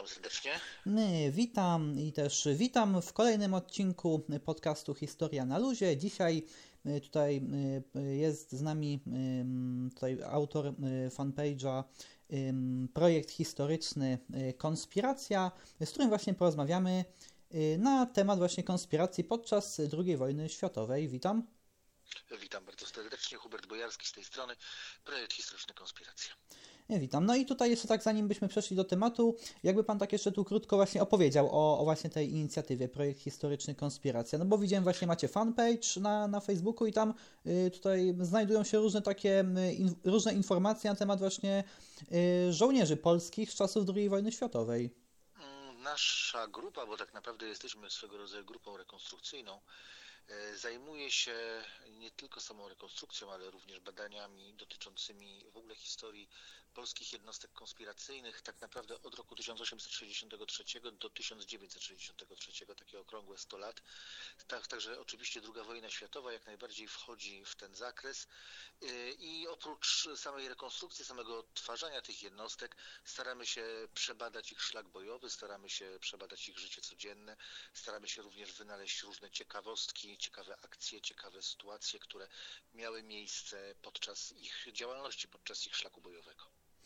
witam serdecznie. Witam i też witam w kolejnym odcinku podcastu Historia na luzie. Dzisiaj tutaj jest z nami tutaj autor fanpage'a Projekt Historyczny Konspiracja, z którym właśnie porozmawiamy na temat właśnie konspiracji podczas II wojny światowej. Witam. Witam bardzo serdecznie. Hubert Bojarski z tej strony. Projekt Historyczny Konspiracja. Witam. No i tutaj jeszcze tak, zanim byśmy przeszli do tematu, jakby Pan tak jeszcze tu krótko właśnie opowiedział o właśnie tej inicjatywie Projekt Historyczny Konspiracja. No bo widziałem właśnie macie fanpage na Facebooku i tam tutaj znajdują się różne takie różne informacje na temat właśnie żołnierzy polskich z czasów II wojny światowej. Nasza grupa, bo tak naprawdę jesteśmy swego rodzaju grupą rekonstrukcyjną, zajmuje się nie tylko samą rekonstrukcją, ale również badaniami dotyczącymi w ogóle historii polskich jednostek konspiracyjnych, tak naprawdę od roku 1863 do 1963, takie okrągłe 100 lat. Także oczywiście II wojna światowa jak najbardziej wchodzi w ten zakres i oprócz samej rekonstrukcji, samego odtwarzania tych jednostek staramy się przebadać ich szlak bojowy, staramy się przebadać ich życie codzienne, staramy się również wynaleźć różne ciekawostki, ciekawe akcje, ciekawe sytuacje, które miały miejsce podczas ich działalności, podczas ich szlaku bojowego.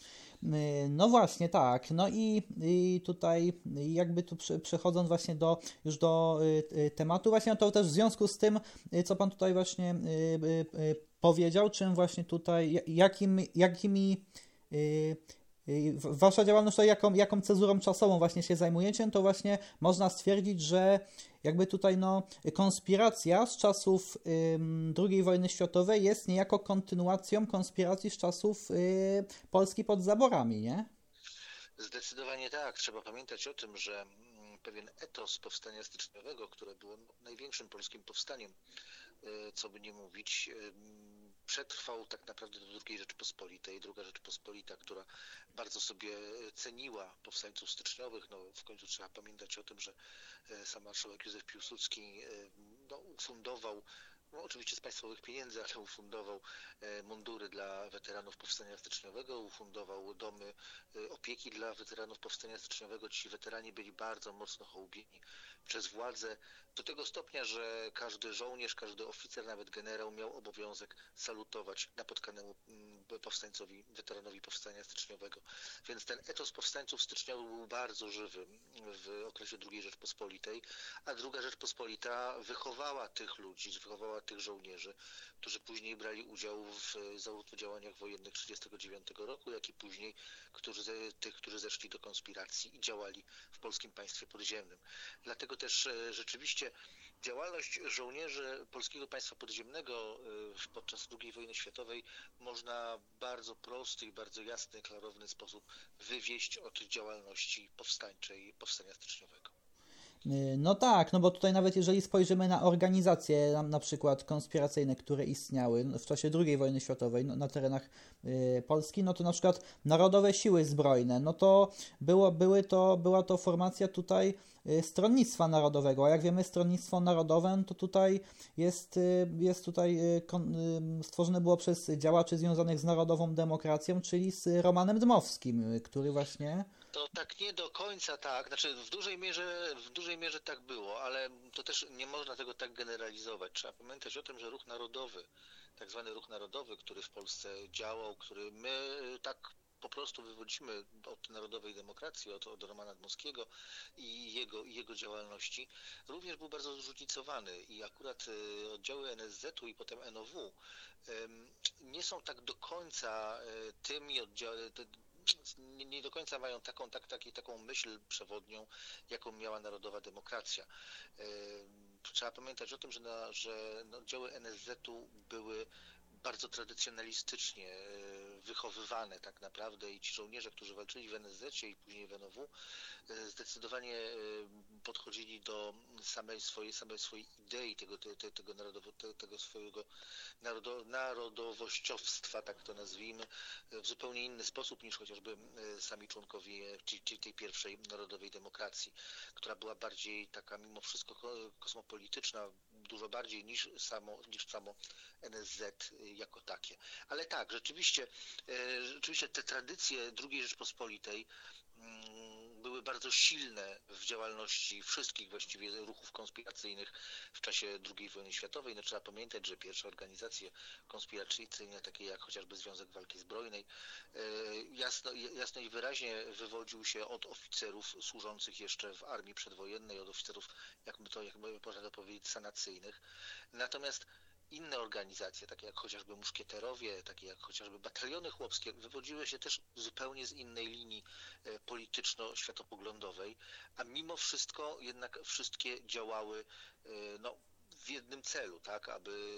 No właśnie, tak. No i tutaj jakby tu przechodząc właśnie już do tematu, właśnie no to też w związku z tym, co Pan tutaj właśnie powiedział, czym właśnie tutaj, jakimi wasza działalność, to jaką cezurą czasową właśnie się zajmujecie, to właśnie można stwierdzić, że jakby tutaj konspiracja z czasów II wojny światowej jest niejako kontynuacją konspiracji z czasów Polski pod zaborami, nie? Zdecydowanie tak. Trzeba pamiętać o tym, że pewien etos powstania styczniowego, które było największym polskim powstaniem, co by nie mówić, przetrwał tak naprawdę do II Rzeczypospolitej. II Rzeczypospolita, która bardzo sobie ceniła powstańców styczniowych. No, w końcu trzeba pamiętać o tym, że sam marszałek Józef Piłsudski ufundował, oczywiście z państwowych pieniędzy, ale ufundował mundury dla weteranów powstania styczniowego, ufundował domy opieki dla weteranów powstania styczniowego. Ci weterani byli bardzo mocno hołubieni przez władzę, do tego stopnia, że każdy żołnierz, każdy oficer, nawet generał miał obowiązek salutować napotkanemu powstańcowi, weteranowi powstania styczniowego. Więc ten etos powstańców styczniowych był bardzo żywy w okresie II Rzeczpospolitej, a II Rzeczpospolita wychowała tych ludzi, wychowała tych żołnierzy, którzy później brali udział w zarówno działaniach wojennych 1939 roku, jak i później tych, którzy zeszli do konspiracji i działali w polskim państwie podziemnym. Dlatego też rzeczywiście działalność żołnierzy Polskiego Państwa Podziemnego podczas II wojny światowej można w bardzo prosty i bardzo jasny, klarowny sposób wywieść od działalności powstańczej powstania styczniowego. No tak, no bo tutaj nawet jeżeli spojrzymy na organizacje na przykład konspiracyjne, które istniały w czasie II wojny światowej na terenach Polski, no to na przykład Narodowe Siły Zbrojne, no to była to formacja tutaj Stronnictwa Narodowego, a jak wiemy Stronnictwo Narodowe to tutaj jest tutaj stworzone było przez działaczy związanych z Narodową Demokracją, czyli z Romanem Dmowskim, który właśnie... To tak nie do końca tak, znaczy w dużej mierze tak było, ale to też nie można tego tak generalizować. Trzeba pamiętać o tym, że ruch narodowy, tak zwany ruch narodowy, który w Polsce działał, który my tak po prostu wywodzimy od narodowej demokracji, od Romana Dmowskiego i jego działalności, również był bardzo zróżnicowany i akurat oddziały NSZ-u i potem NOW nie są tak do końca tymi oddziałami, nie do końca mają taką myśl przewodnią, jaką miała narodowa demokracja. Trzeba pamiętać o tym, że oddziały NSZ-u były bardzo tradycjonalistycznie wychowywane tak naprawdę i ci żołnierze, którzy walczyli w NSZ-cie i później w NOW, zdecydowanie podchodzili do samej swojej idei tego swojego narodowościowstwa, tak to nazwijmy, w zupełnie inny sposób niż chociażby sami członkowie tej pierwszej narodowej demokracji, która była bardziej taka mimo wszystko kosmopolityczna, dużo bardziej niż samo NSZ jako takie. Ale tak, rzeczywiście te tradycje II Rzeczpospolitej były były bardzo silne w działalności wszystkich właściwie ruchów konspiracyjnych w czasie II wojny światowej. No, trzeba pamiętać, że pierwsze organizacje konspiracyjne, takie jak chociażby Związek Walki Zbrojnej, jasno i wyraźnie wywodził się od oficerów służących jeszcze w armii przedwojennej, od oficerów, jakby można to powiedzieć, sanacyjnych. Natomiast inne organizacje, takie jak chociażby muszkieterowie, takie jak chociażby bataliony chłopskie, wywodziły się też zupełnie z innej linii polityczno-światopoglądowej, a mimo wszystko jednak wszystkie działały no, w jednym celu, tak, aby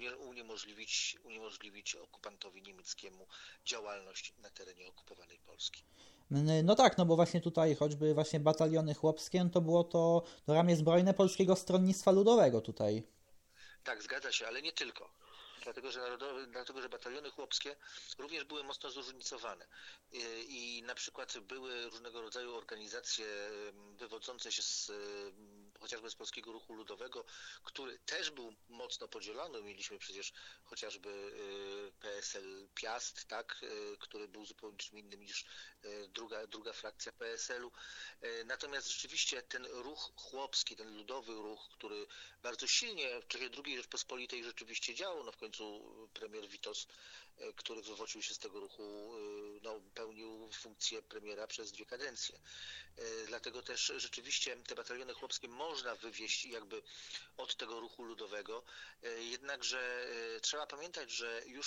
uniemożliwić okupantowi niemieckiemu działalność na terenie okupowanej Polski. No tak, no bo właśnie tutaj choćby właśnie bataliony chłopskie, no to było to ramię zbrojne Polskiego Stronnictwa Ludowego tutaj. Tak, zgadza się, ale nie tylko. Dlatego, że bataliony chłopskie również były mocno zróżnicowane i na przykład były różnego rodzaju organizacje wywodzące się chociażby z Polskiego Ruchu Ludowego, który też był mocno podzielony. Mieliśmy przecież chociażby PSL Piast, tak, który był zupełnie czym innym niż druga frakcja PSL-u. Natomiast rzeczywiście ten ruch chłopski, ten ludowy ruch, który bardzo silnie w czasie II Rzeczpospolitej rzeczywiście działał, no w końcu premier Witos, który wywodził się z tego ruchu, no, pełnił funkcję premiera przez 2 kadencje. Dlatego też rzeczywiście te bataliony chłopskie można wywieźć jakby od tego ruchu ludowego, jednakże trzeba pamiętać, że już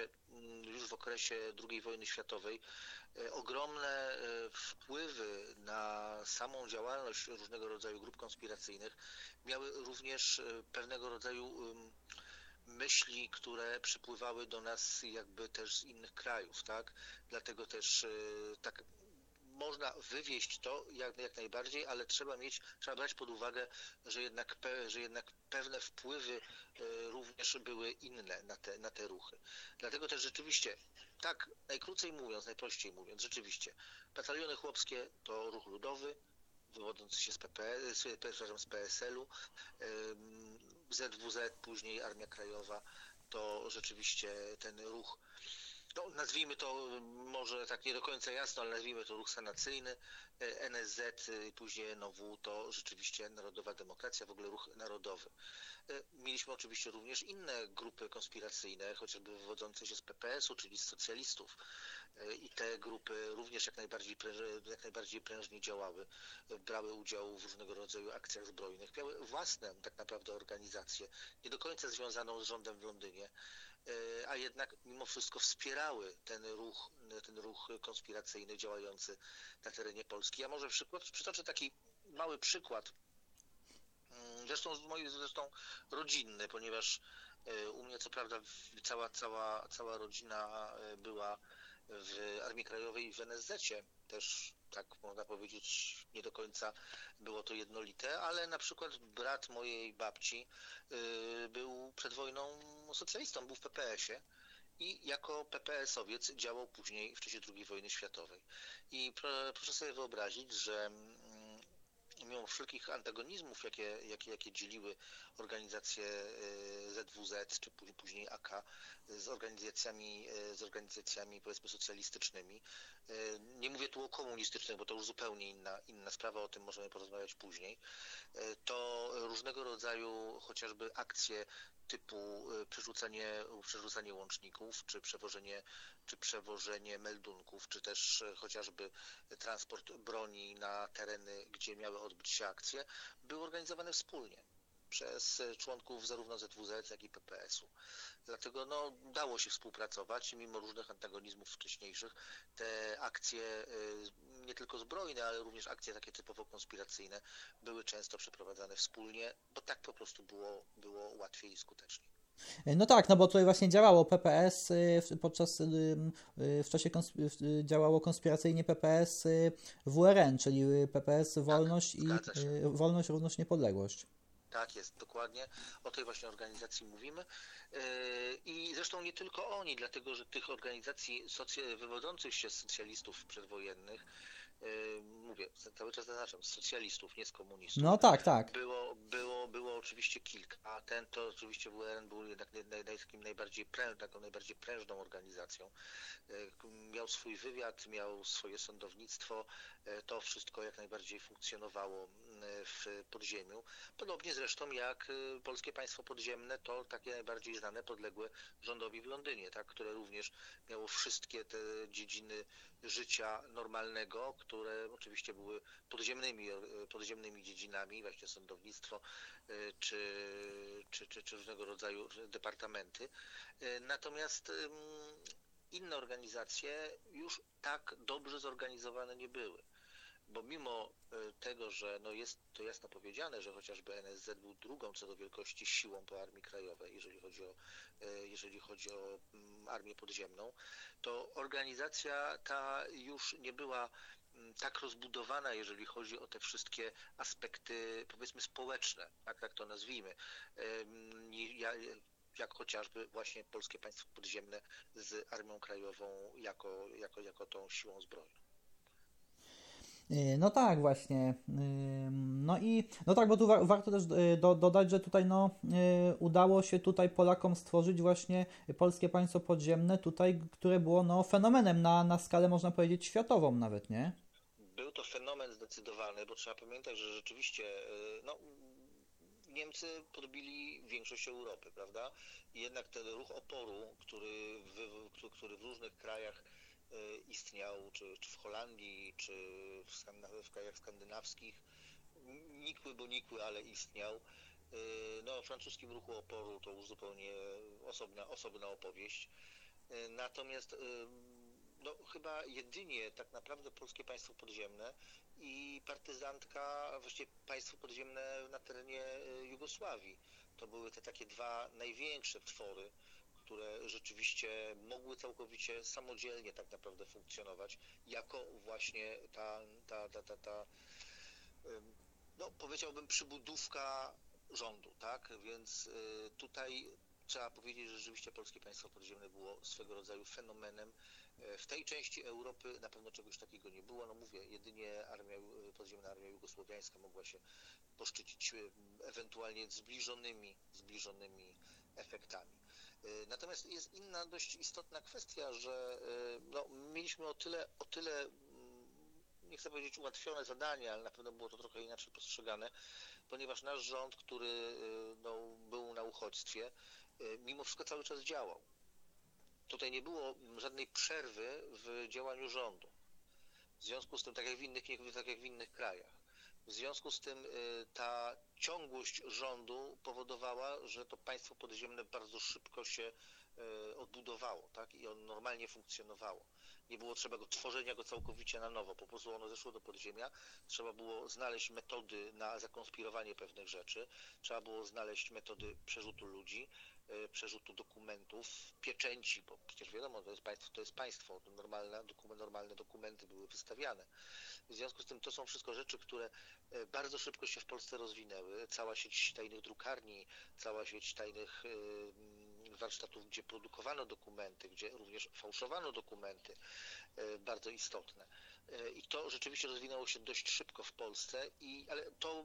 w okresie II wojny światowej ogromne wpływy na samą działalność różnego rodzaju grup konspiracyjnych miały również pewnego rodzaju myśli, które przypływały do nas jakby też z innych krajów, tak? Dlatego też tak można wywieźć to jak najbardziej, ale trzeba brać pod uwagę, że jednak pewne wpływy również były inne na te ruchy. Dlatego też rzeczywiście, tak najprościej mówiąc, rzeczywiście, bataliony chłopskie to ruch ludowy, wywodzący się z PSL-u, ZWZ, później Armia Krajowa, to rzeczywiście ten ruch, no, nazwijmy to może tak nie do końca jasno, ale nazwijmy to ruch sanacyjny, NSZ, później NOW, to rzeczywiście Narodowa Demokracja, w ogóle ruch narodowy. Mieliśmy oczywiście również inne grupy konspiracyjne, chociażby wywodzące się z PPS-u, czyli z socjalistów. I te grupy również jak najbardziej prężnie działały, brały udział w różnego rodzaju akcjach zbrojnych, miały własne tak naprawdę organizacje, nie do końca związaną z rządem w Londynie, a jednak mimo wszystko wspierały ten ruch konspiracyjny działający na terenie Polski. Ja może przytoczę taki mały przykład, zresztą rodzinny, ponieważ u mnie co prawda cała rodzina była w Armii Krajowej i w NSZ-cie, też tak można powiedzieć nie do końca było to jednolite, ale na przykład brat mojej babci był przed wojną socjalistą, był w PPS-ie i jako PPS-owiec działał później w czasie II wojny światowej. I proszę sobie wyobrazić, że mimo wszelkich antagonizmów, jakie dzieliły organizacje ZWZ, czy później AK z organizacjami powiedzmy socjalistycznymi, nie mówię tu o komunistycznych, bo to już zupełnie inna sprawa, o tym możemy porozmawiać później, to różnego rodzaju chociażby akcje typu przerzucanie łączników, czy przewożenie meldunków, czy też chociażby transport broni na tereny, gdzie miały odbyć się akcje, były organizowane wspólnie przez członków zarówno ZWZ, jak i PPS-u. Dlatego dało się współpracować i mimo różnych antagonizmów wcześniejszych te akcje, nie tylko zbrojne, ale również akcje takie typowo konspiracyjne były często przeprowadzane wspólnie, bo tak po prostu było łatwiej i skuteczniej. No tak, no bo tutaj właśnie działało PPS, w czasie działało konspiracyjnie PPS WRN, czyli PPS Wolność i Wolność, Równość, Niepodległość. Tak jest, dokładnie. O tej właśnie organizacji mówimy. I zresztą nie tylko oni, dlatego że tych organizacji wywodzących się z socjalistów przedwojennych mówię, cały czas zaznaczam, z socjalistów, nie z komunistów, No tak, tak. było oczywiście kilka, a to oczywiście WRN był jednak taką najbardziej prężną organizacją. Miał swój wywiad, miał swoje sądownictwo, to wszystko jak najbardziej funkcjonowało w podziemiu. Podobnie zresztą jak Polskie Państwo Podziemne, to takie najbardziej znane, podległe rządowi w Londynie, tak, które również miało wszystkie te dziedziny życia normalnego, które oczywiście były podziemnymi dziedzinami, właśnie sądownictwo czy różnego rodzaju departamenty. Natomiast inne organizacje już tak dobrze zorganizowane nie były. Bo mimo tego, że jest to jasno powiedziane, że chociażby NSZ był drugą co do wielkości siłą po Armii Krajowej, jeżeli chodzi o Armię Podziemną, to organizacja ta już nie była tak rozbudowana, jeżeli chodzi o te wszystkie aspekty, powiedzmy, społeczne, tak to nazwijmy, jak chociażby właśnie Polskie Państwo Podziemne z Armią Krajową jako tą siłą zbrojną. No tak, właśnie. No tak, bo tu warto też dodać, że tutaj udało się tutaj Polakom stworzyć właśnie Polskie Państwo Podziemne, tutaj, które było fenomenem na skalę, można powiedzieć, światową nawet, nie? Był to fenomen zdecydowany, bo trzeba pamiętać, że rzeczywiście Niemcy podbili większość Europy, prawda? I jednak ten ruch oporu, który w różnych krajach istniał, czy w Holandii, czy w krajach skandynawskich, nikły, ale istniał. O francuskim ruchu oporu to już zupełnie osobna opowieść. Natomiast chyba jedynie tak naprawdę Polskie Państwo Podziemne i partyzantka, właściwie państwo podziemne na terenie Jugosławii. To były te takie dwa największe twory, które rzeczywiście mogły całkowicie samodzielnie tak naprawdę funkcjonować, jako właśnie powiedziałbym, przybudówka rządu, tak? Więc tutaj trzeba powiedzieć, że rzeczywiście Polskie Państwo Podziemne było swego rodzaju fenomenem. W tej części Europy na pewno czegoś takiego nie było. Mówię, jedynie podziemna armia jugosłowiańska mogła się poszczycić ewentualnie zbliżonymi efektami. Natomiast jest inna dość istotna kwestia, że mieliśmy o tyle, nie chcę powiedzieć ułatwione zadanie, ale na pewno było to trochę inaczej postrzegane, ponieważ nasz rząd, który był na uchodźstwie, mimo wszystko cały czas działał. Tutaj nie było żadnej przerwy w działaniu rządu. W związku z tym, tak jak w innych krajach. W związku z tym ta ciągłość rządu powodowała, że to państwo podziemne bardzo szybko się odbudowało, tak? I ono normalnie funkcjonowało. Nie było trzeba tworzenia go całkowicie na nowo, po prostu ono zeszło do podziemia, trzeba było znaleźć metody na zakonspirowanie pewnych rzeczy, trzeba było znaleźć metody przerzutu ludzi, przerzutu dokumentów, pieczęci, bo przecież wiadomo, to jest państwo, normalne dokumenty były wystawiane. W związku z tym to są wszystko rzeczy, które bardzo szybko się w Polsce rozwinęły. Cała sieć tajnych drukarni, cała sieć tajnych warsztatów, gdzie produkowano dokumenty, gdzie również fałszowano dokumenty, bardzo istotne. I to rzeczywiście rozwinęło się dość szybko w Polsce, ale to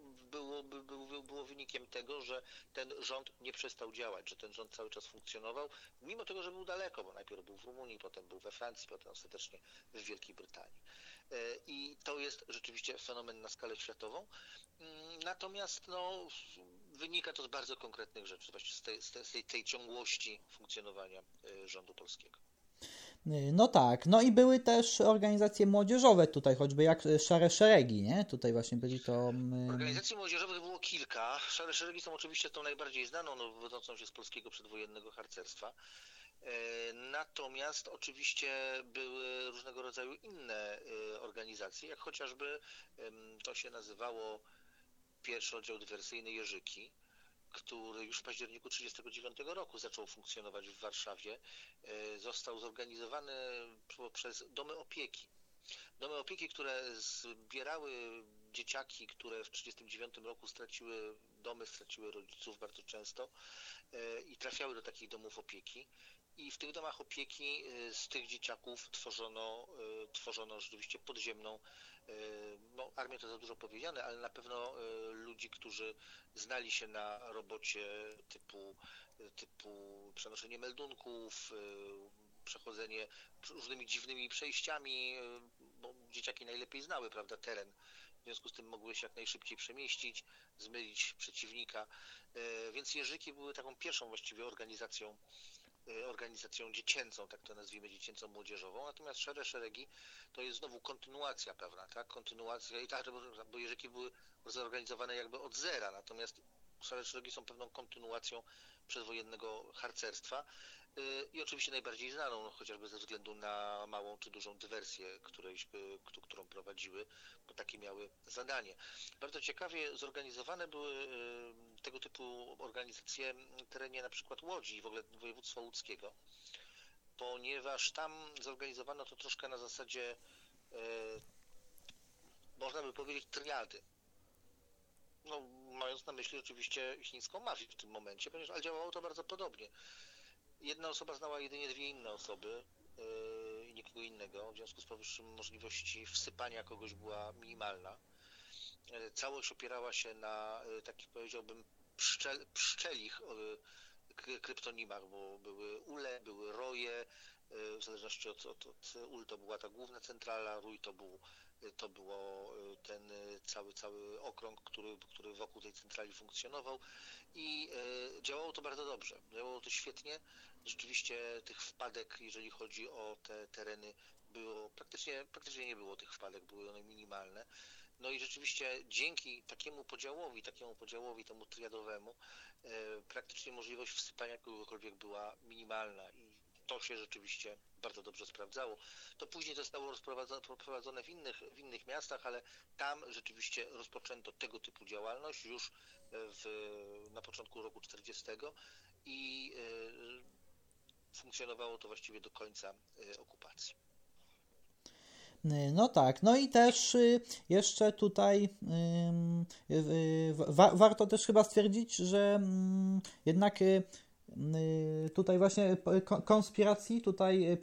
było wynikiem tego, że ten rząd nie przestał działać, że ten rząd cały czas funkcjonował, mimo tego, że był daleko, bo najpierw był w Rumunii, potem był we Francji, potem ostatecznie w Wielkiej Brytanii. I to jest rzeczywiście fenomen na skalę światową. Natomiast wynika to z bardzo konkretnych rzeczy, właśnie z tej ciągłości funkcjonowania rządu polskiego. No tak, i były też organizacje młodzieżowe tutaj, choćby jak Szare Szeregi, nie? Tutaj właśnie byli to... Organizacji młodzieżowych było kilka. Szare Szeregi są oczywiście tą najbardziej znaną, wywodzącą się z polskiego przedwojennego harcerstwa. Natomiast oczywiście były różnego rodzaju inne organizacje, jak chociażby to się nazywało Pierwszy Oddział Dywersyjny Jerzyki, który już w październiku 1939 roku zaczął funkcjonować w Warszawie. Został zorganizowany przez domy opieki. Domy opieki, które zbierały dzieciaki, które w 1939 roku straciły rodziców bardzo często i trafiały do takich domów opieki. I w tych domach opieki z tych dzieciaków tworzono rzeczywiście podziemną No, armia to za dużo powiedziane, ale na pewno ludzi, którzy znali się na robocie typu przenoszenie meldunków, przechodzenie różnymi dziwnymi przejściami, bo dzieciaki najlepiej znały, prawda, teren. W związku z tym mogły się jak najszybciej przemieścić, zmylić przeciwnika. Więc jeżyki były taką pierwszą właściwie organizacją dziecięcą, tak to nazwijmy, dziecięcą młodzieżową, natomiast Szare Szeregi to jest znowu kontynuacja pewna, tak? Kontynuacja, i tak, bo jeżyki były zorganizowane jakby od zera, natomiast Szare Szeregi są pewną kontynuacją przedwojennego harcerstwa i oczywiście najbardziej znaną, no, chociażby ze względu na małą czy dużą dywersję, którą prowadziły, bo takie miały zadanie. Bardzo ciekawie zorganizowane były tego typu organizacje w terenie na przykład Łodzi i w ogóle województwa łódzkiego, ponieważ tam zorganizowano to troszkę na zasadzie, można by powiedzieć, triady. No, mając na myśli oczywiście chińską mafię w tym momencie, ale działało to bardzo podobnie. Jedna osoba znała jedynie dwie inne osoby i nikogo innego, w związku z powyższym możliwości wsypania kogoś była minimalna. Całość opierała się na takich, powiedziałbym, pszczelich kryptonimach, bo były ule, były roje, w zależności od ul to była ta główna centrala, rój to było ten cały okrąg, który wokół tej centrali funkcjonował i działało to bardzo dobrze, działało to świetnie. Rzeczywiście tych wpadek, jeżeli chodzi o te tereny, było praktycznie nie było tych wpadek, były one minimalne. No i rzeczywiście dzięki takiemu podziałowi, temu triadowemu, praktycznie możliwość wsypania kogokolwiek była minimalna i to się rzeczywiście bardzo dobrze sprawdzało. To później zostało prowadzone w innych miastach, ale tam rzeczywiście rozpoczęto tego typu działalność już na początku roku 40 i funkcjonowało to właściwie do końca okupacji. No tak, no i też jeszcze tutaj warto też chyba stwierdzić, że jednak tutaj właśnie konspiracji, tutaj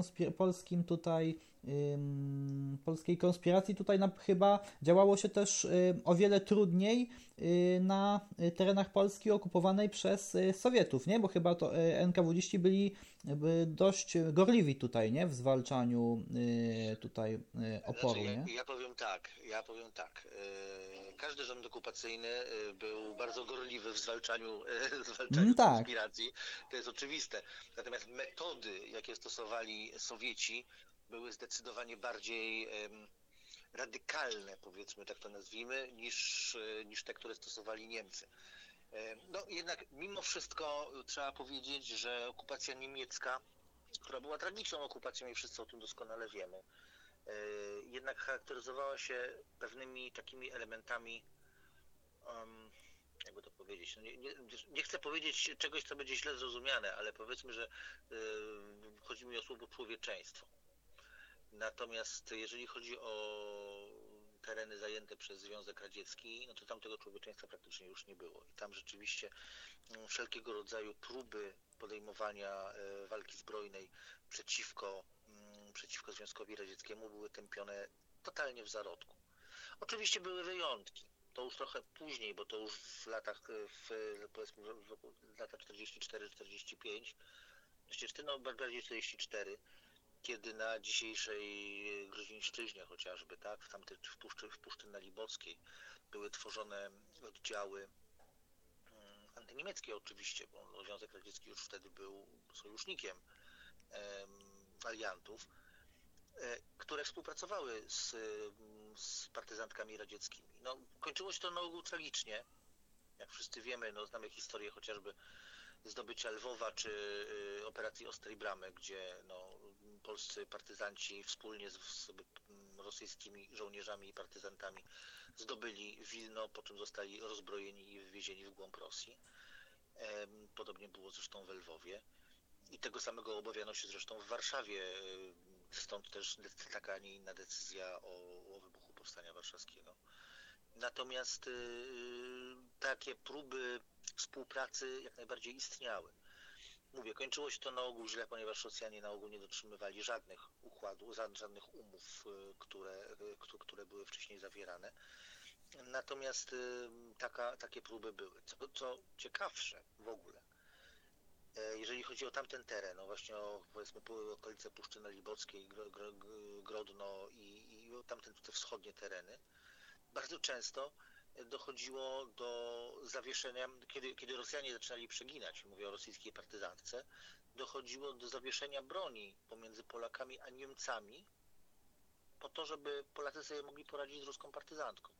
polskiej konspiracji tutaj chyba działało się też o wiele trudniej na terenach Polski okupowanej przez Sowietów, nie? Bo chyba to NKWD-ści byli dość gorliwi tutaj, nie? W zwalczaniu tutaj oporu, nie? Ja powiem tak. Każdy rząd okupacyjny był bardzo gorliwy w zwalczaniu Tak. konspiracji. To jest oczywiste. Natomiast metody, jakie stosowali Sowieci, były zdecydowanie bardziej radykalne, powiedzmy, tak to nazwijmy, niż te, które stosowali Niemcy. No jednak mimo wszystko trzeba powiedzieć, że okupacja niemiecka, która była tragiczną okupacją i wszyscy o tym doskonale wiemy, jednak charakteryzowała się pewnymi takimi elementami, jakby to powiedzieć, no nie chcę powiedzieć czegoś, co będzie źle zrozumiane, ale powiedzmy, że chodzi mi o słowo człowieczeństwo. Natomiast jeżeli chodzi o tereny zajęte przez Związek Radziecki, no to tam tego człowieczeństwa praktycznie już nie było. I tam rzeczywiście wszelkiego rodzaju próby podejmowania walki zbrojnej przeciwko Związkowi Radzieckiemu były tępione totalnie w zarodku. Oczywiście były wyjątki. To już trochę później, bo to już w latach 44-45, no bardziej 44, kiedy na dzisiejszej Gruzińszczyźnie chociażby, tak, w Puszczynie Libockiej były tworzone oddziały antyniemieckie oczywiście, bo Związek Radziecki już wtedy był sojusznikiem aliantów, które współpracowały z partyzantkami radzieckimi. No, kończyło się to na ogół tragicznie, jak wszyscy wiemy, no, znamy historię chociażby zdobycia Lwowa czy operacji Ostrej Bramy, gdzie no, polscy partyzanci wspólnie z rosyjskimi żołnierzami i partyzantami zdobyli Wilno, po czym zostali rozbrojeni i wywiezieni w głąb Rosji. Podobnie było zresztą w Lwowie. I tego samego obawiano się zresztą w Warszawie. Stąd też taka, a nie inna decyzja o wybuchu Powstania Warszawskiego. Natomiast takie próby współpracy jak najbardziej istniały. Mówię, kończyło się to na ogół źle, ponieważ Rosjanie na ogół nie dotrzymywali żadnych układów, żadnych umów, które były wcześniej zawierane. Natomiast takie próby były. Co ciekawsze w ogóle, jeżeli chodzi o tamten teren, no właśnie o, powiedzmy, okolice Puszczy Nalibockiej, Grodno i tamte te wschodnie tereny, bardzo często dochodziło do zawieszenia, kiedy Rosjanie zaczynali przeginać, mówię o rosyjskiej partyzantce, dochodziło do zawieszenia broni pomiędzy Polakami a Niemcami po to, żeby Polacy sobie mogli poradzić z ruską partyzantką.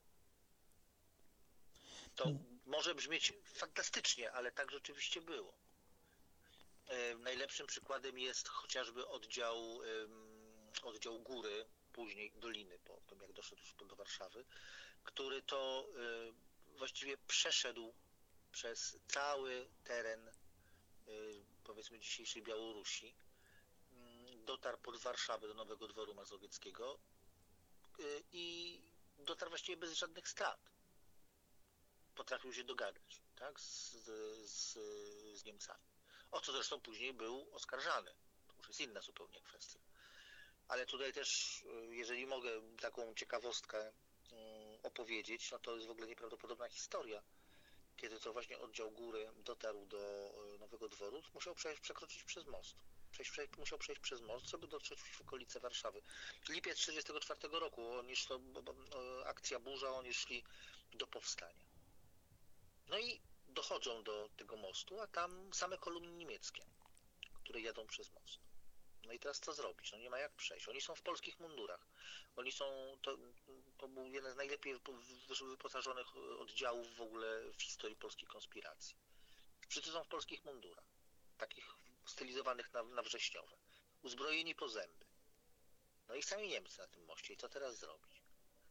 To może brzmieć fantastycznie, ale tak rzeczywiście było. Najlepszym przykładem jest chociażby oddział Góry, później Doliny, po tym jak doszedł już do Warszawy, który to właściwie przeszedł przez cały teren, powiedzmy, dzisiejszej Białorusi, dotarł pod Warszawę do Nowego Dworu Mazowieckiego i dotarł właściwie bez żadnych strat. Potrafił się dogadać, tak, z Niemcami. O co zresztą później był oskarżany. To już jest inna zupełnie kwestia. Ale tutaj też, jeżeli mogę taką ciekawostkę opowiedzieć, no to jest w ogóle nieprawdopodobna historia. Kiedy to właśnie oddział Góry dotarł do Nowego Dworu, musiał przekroczyć przez most. Musiał przejść przez most, żeby dotrzeć w okolice Warszawy. Lipiec 1944 roku, akcja burza, oni szli do powstania. No i dochodzą do tego mostu, a tam same kolumny niemieckie, które jadą przez most. No i teraz co zrobić? No nie ma jak przejść. Oni są w polskich mundurach. Oni są, to był jeden z najlepiej wyposażonych oddziałów w ogóle w historii polskiej konspiracji. Wszyscy są w polskich mundurach, takich stylizowanych na wrześniowe, uzbrojeni po zęby. No i sami Niemcy na tym moście. I co teraz zrobić?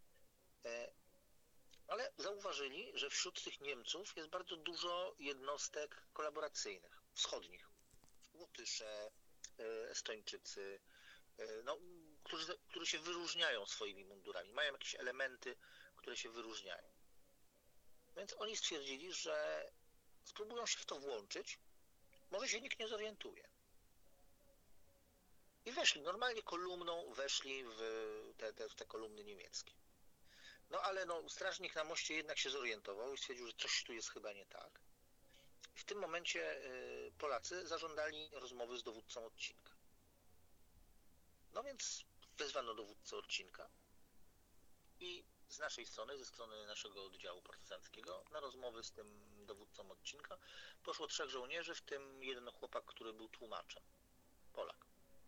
Ale zauważyli, że wśród tych Niemców jest bardzo dużo jednostek kolaboracyjnych, wschodnich. Łotysze, Estończycy, no, którzy się wyróżniają swoimi mundurami, mają jakieś elementy, które się wyróżniają. Więc oni stwierdzili, że spróbują się w to włączyć, może się nikt nie zorientuje. I weszli, normalnie kolumną weszli w te kolumny niemieckie. No ale strażnik na moście jednak się zorientował i stwierdził, że coś tu jest chyba nie tak. W tym momencie Polacy zażądali rozmowy z dowódcą odcinka. No więc wezwano dowódcę odcinka i z naszej strony, ze strony naszego oddziału partyzanckiego, na rozmowy z tym dowódcą odcinka poszło 3 żołnierzy, w tym jeden chłopak, który był tłumaczem, Polak.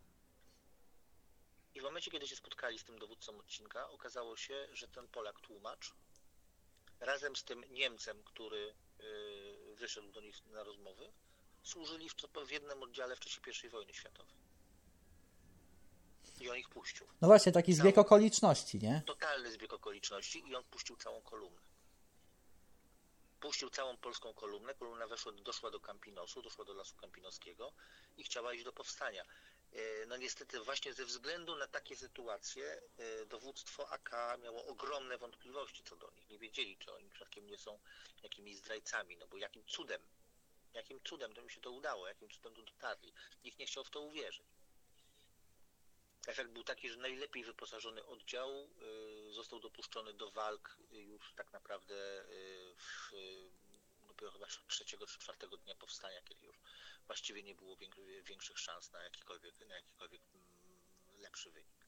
I w momencie, kiedy się spotkali z tym dowódcą odcinka, okazało się, że ten Polak tłumacz razem z tym Niemcem, który wyszedł do nich na rozmowy, służyli w jednym oddziale w czasie I wojny światowej. I on ich puścił. No właśnie, taki zbieg okoliczności, nie? Totalny zbieg okoliczności i on puścił całą kolumnę. Puścił całą polską kolumnę. Kolumna doszła do Campinosu, doszła do Lasu Campinoskiego i chciała iść do powstania. No niestety właśnie ze względu na takie sytuacje dowództwo AK miało ogromne wątpliwości co do nich. Nie wiedzieli, czy oni przypadkiem nie są jakimiś zdrajcami, no bo jakim cudem to im się to udało, jakim cudem to dotarli. Nikt nie chciał w to uwierzyć. Efekt był taki, że najlepiej wyposażony oddział został dopuszczony do walk już tak naprawdę dopiero chyba 3. czy 4. dnia powstania, kiedy już właściwie nie było większych szans na jakikolwiek lepszy wynik.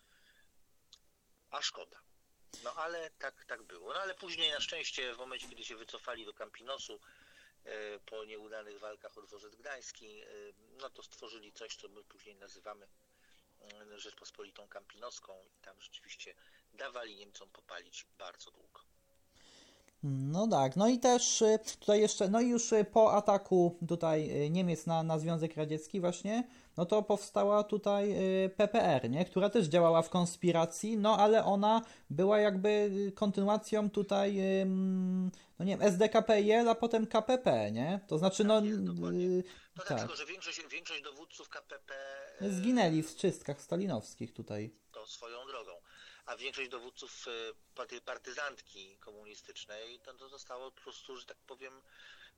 A szkoda. No ale tak było. No ale później na szczęście w momencie, kiedy się wycofali do Campinosu po nieudanych walkach o Dworzec Gdański, no to stworzyli coś, co my później nazywamy Rzeczpospolitą Campinoską i tam rzeczywiście dawali Niemcom popalić bardzo długo. No tak, no i też tutaj jeszcze, no i już po ataku tutaj Niemiec na Związek Radziecki właśnie, no to powstała tutaj PPR, nie? Która też działała w konspiracji, no ale ona była jakby kontynuacją tutaj, no nie wiem, SDKPL, a potem KPP, nie? To znaczy, no... No tak, tylko że większość dowódców KPP... Zginęli w czystkach stalinowskich tutaj. To swoją drogą. A większość dowódców partyzantki komunistycznej to zostało po prostu, że tak powiem,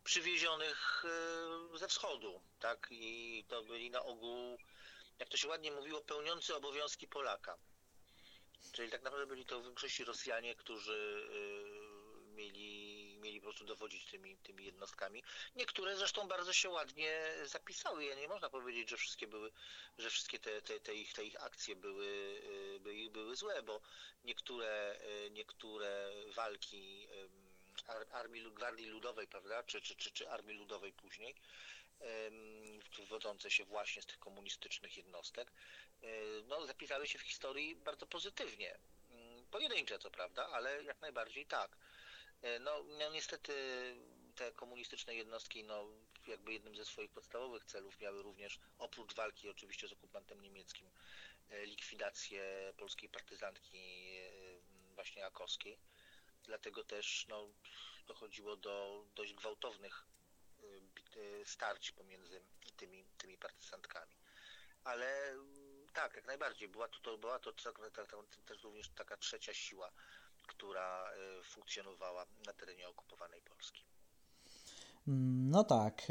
przywiezionych ze wschodu, tak? I to byli na ogół, jak to się ładnie mówiło, pełniący obowiązki Polaka. Czyli tak naprawdę byli to w większości Rosjanie, którzy mieli po prostu dowodzić tymi jednostkami. Niektóre zresztą bardzo się ładnie zapisały. Ja nie można powiedzieć, że wszystkie te ich akcje były złe, bo niektóre walki Gwardii Ludowej, prawda, czy Armii Ludowej później, wywodzące się właśnie z tych komunistycznych jednostek, no, zapisały się w historii bardzo pozytywnie. Pojedyncze co prawda, ale jak najbardziej tak. No niestety te komunistyczne jednostki, no jakby jednym ze swoich podstawowych celów miały również, oprócz walki oczywiście z okupantem niemieckim, likwidację polskiej partyzantki właśnie akowskiej. Dlatego też no, dochodziło do dość gwałtownych starć pomiędzy tymi partyzantkami. Ale tak, jak najbardziej. Była to też również taka trzecia siła, która funkcjonowała na terenie okupowanej Polski. No tak.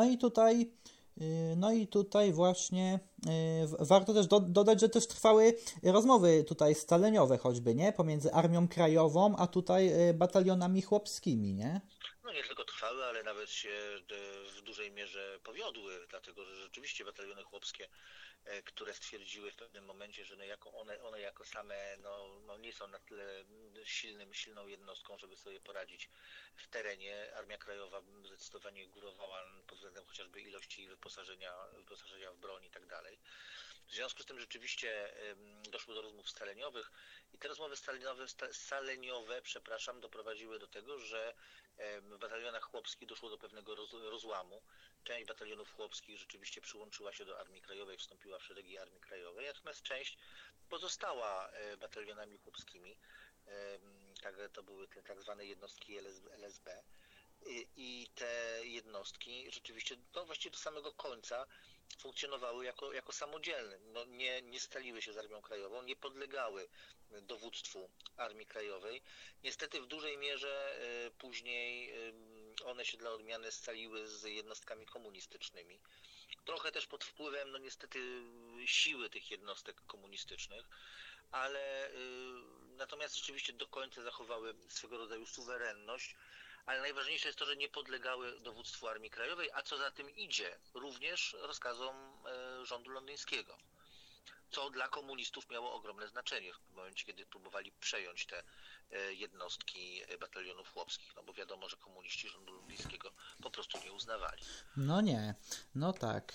No i tutaj właśnie warto też dodać, że też trwały rozmowy tutaj scaleniowe choćby, nie? Pomiędzy Armią Krajową, a tutaj batalionami chłopskimi, nie? No nie tylko trwały, ale nawet się w dużej mierze powiodły, dlatego że rzeczywiście bataliony chłopskie, które stwierdziły w pewnym momencie, że one jako same no nie są na tyle silną jednostką, żeby sobie poradzić w terenie. Armia Krajowa zdecydowanie górowała pod względem chociażby ilości wyposażenia w broń i tak dalej. W związku z tym rzeczywiście doszło do rozmów scaleniowych i te rozmowy scaleniowe, doprowadziły do tego, że w batalionach chłopskich doszło do pewnego rozłamu. Część batalionów chłopskich rzeczywiście przyłączyła się do Armii Krajowej, wstąpiła w szeregi Armii Krajowej, natomiast część pozostała batalionami chłopskimi. To były te tak zwane jednostki LSB. I te jednostki rzeczywiście właściwie do samego końca funkcjonowały jako samodzielne. No nie staliły się z Armią Krajową, nie podlegały dowództwu Armii Krajowej. Niestety w dużej mierze później one się dla odmiany scaliły z jednostkami komunistycznymi. Trochę też pod wpływem, no niestety, siły tych jednostek komunistycznych, ale natomiast rzeczywiście do końca zachowały swego rodzaju suwerenność. Ale najważniejsze jest to, że nie podlegały dowództwu Armii Krajowej, a co za tym idzie, również rozkazom rządu londyńskiego. Co dla komunistów miało ogromne znaczenie w momencie, kiedy próbowali przejąć te jednostki batalionów chłopskich, no bo wiadomo, że komuniści rządu londyńskiego po prostu nie uznawali. No nie, no tak.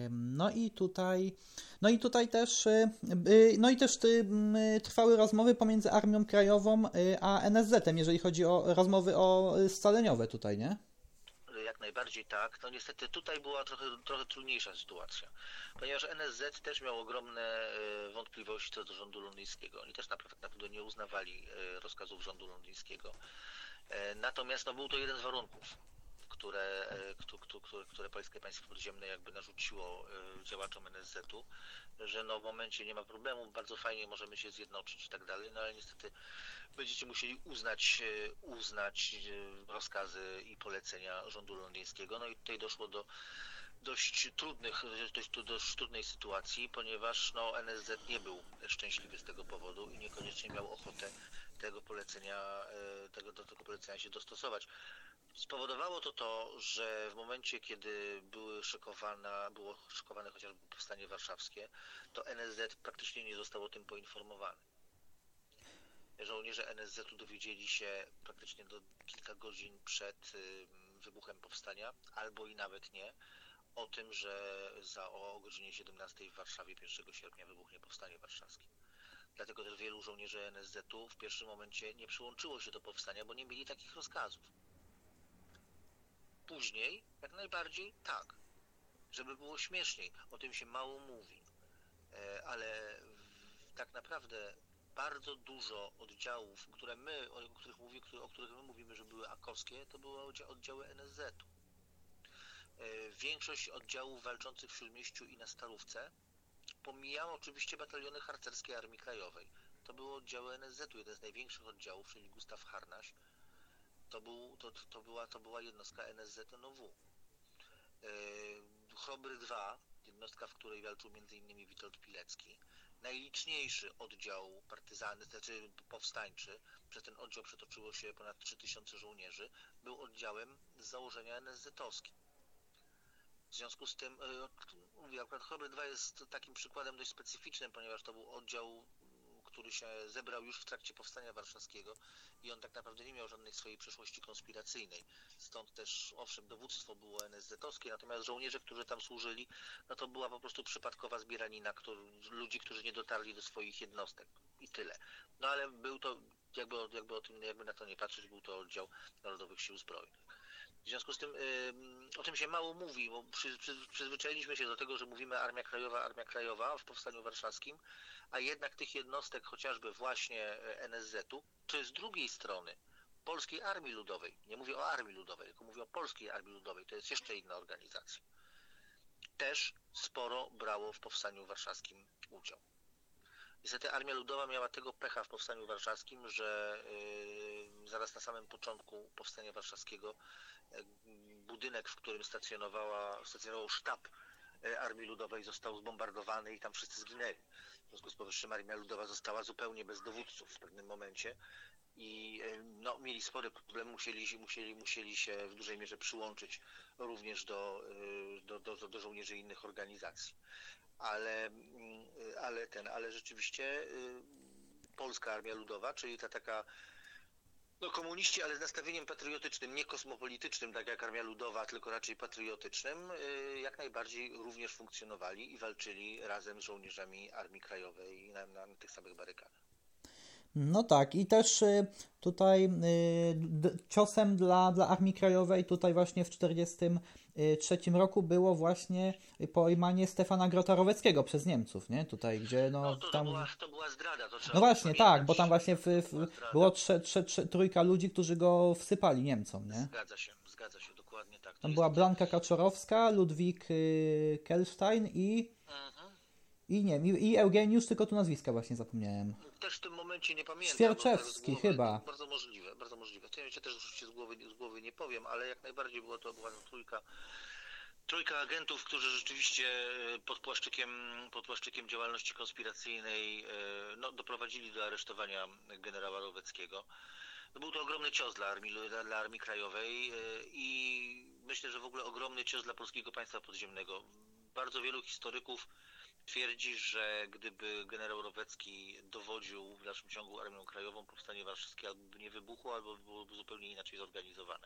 No i tutaj też, trwały rozmowy pomiędzy Armią Krajową a NSZ-em, jeżeli chodzi o rozmowy scaleniowe tutaj, nie? Jak najbardziej tak. No niestety tutaj była trochę trudniejsza sytuacja, ponieważ NSZ też miał ogromne wątpliwości co do rządu londyńskiego. Oni też naprawdę nie uznawali rozkazów rządu londyńskiego. Natomiast no, był to jeden z warunków, które Polskie Państwo Podziemne jakby narzuciło działaczom NSZ-u, że no w momencie nie ma problemu, bardzo fajnie możemy się zjednoczyć i tak dalej, no ale niestety będziecie musieli uznać rozkazy i polecenia rządu londyńskiego. No i tutaj doszło do dość trudnej sytuacji, ponieważ no, NSZ nie był szczęśliwy z tego powodu i niekoniecznie miał ochotę do tego polecenia się dostosować. Spowodowało to, że w momencie, kiedy było szykowane chociażby powstanie warszawskie, to NSZ praktycznie nie został o tym poinformowany. Żołnierze NSZ-u dowiedzieli się praktycznie do kilka godzin przed wybuchem powstania, albo i nawet nie, o tym, że o godzinie 17 w Warszawie 1 sierpnia wybuchnie powstanie warszawskie. Dlatego też wielu żołnierzy NSZ-u w pierwszym momencie nie przyłączyło się do powstania, bo nie mieli takich rozkazów. Później, jak najbardziej tak, żeby było śmieszniej, o tym się mało mówi, ale tak naprawdę bardzo dużo oddziałów, o których my mówimy, że były akowskie, to były oddziały NSZ-u. Większość oddziałów walczących w Śródmieściu i na Starówce pomijała oczywiście bataliony harcerskie Armii Krajowej. To były oddziały NSZ-u, jeden z największych oddziałów, czyli Gustaw Harnaś. To była jednostka NSZNOW. Chrobry 2, jednostka, w której walczył m.in. Witold Pilecki, najliczniejszy oddział partyzany, znaczy powstańczy, przez ten oddział przetoczyło się ponad 3000 żołnierzy, był oddziałem z założenia NSZ-owskim. W związku z tym, mówię, akurat Chrobry 2 jest takim przykładem dość specyficznym, ponieważ to był oddział, który się zebrał już w trakcie Powstania Warszawskiego i on tak naprawdę nie miał żadnej swojej przeszłości konspiracyjnej. Stąd też, owszem, dowództwo było NSZ-owskie, natomiast żołnierze, którzy tam służyli, no to była po prostu przypadkowa zbieranina ludzi, którzy nie dotarli do swoich jednostek i tyle. No ale był to, jakby na to nie patrzeć, był to oddział Narodowych Sił Zbrojnych. W związku z tym o tym się mało mówi, bo przyzwyczailiśmy się do tego, że mówimy Armia Krajowa w Powstaniu Warszawskim, a jednak tych jednostek, chociażby właśnie NSZ-u, czy z drugiej strony Polskiej Armii Ludowej, nie mówię o Armii Ludowej, tylko mówię o Polskiej Armii Ludowej, to jest jeszcze inna organizacja, też sporo brało w Powstaniu Warszawskim udział. Niestety Armia Ludowa miała tego pecha w Powstaniu Warszawskim, że zaraz na samym początku Powstania Warszawskiego budynek, w którym stacjonował sztab Armii Ludowej, został zbombardowany i tam wszyscy zginęli. W związku z powyższym Armia Ludowa została zupełnie bez dowódców w pewnym momencie i no, mieli spory problem, musieli się w dużej mierze przyłączyć również do żołnierzy innych organizacji. Ale rzeczywiście Polska Armia Ludowa, czyli ta taka komuniści, ale z nastawieniem patriotycznym, nie kosmopolitycznym, tak jak Armia Ludowa, tylko raczej patriotycznym, jak najbardziej również funkcjonowali i walczyli razem z żołnierzami Armii Krajowej na tych samych barykadach. No tak, i też tutaj ciosem dla Armii Krajowej tutaj właśnie w 1943 roku było właśnie pojmanie Stefana Grota-Roweckiego przez Niemców, nie? Tutaj, gdzie to była zdrada. To trzeba no właśnie, pamiętać. tak, bo tam właśnie było trójka ludzi, którzy go wsypali Niemcom, nie? Zgadza się, dokładnie tak. Tam była Blanka Kaczorowska, Ludwik Kelstein i Eugeniusz, tylko tu nazwiska właśnie zapomniałem. Też w tym momencie nie pamiętam. Świerczewski chyba. Bardzo możliwe, bardzo możliwe. To ja też oczywiście z głowy nie powiem, ale jak najbardziej była to trójka agentów, którzy rzeczywiście pod płaszczykiem działalności konspiracyjnej doprowadzili do aresztowania generała Roweckiego. No, był to ogromny cios dla Armii Krajowej i myślę, że w ogóle ogromny cios dla polskiego państwa podziemnego. Bardzo wielu historyków twierdzi, że gdyby generał Rowecki dowodził w dalszym ciągu Armią Krajową, Powstanie Warszawskie albo by nie wybuchło, albo byłoby zupełnie inaczej zorganizowane.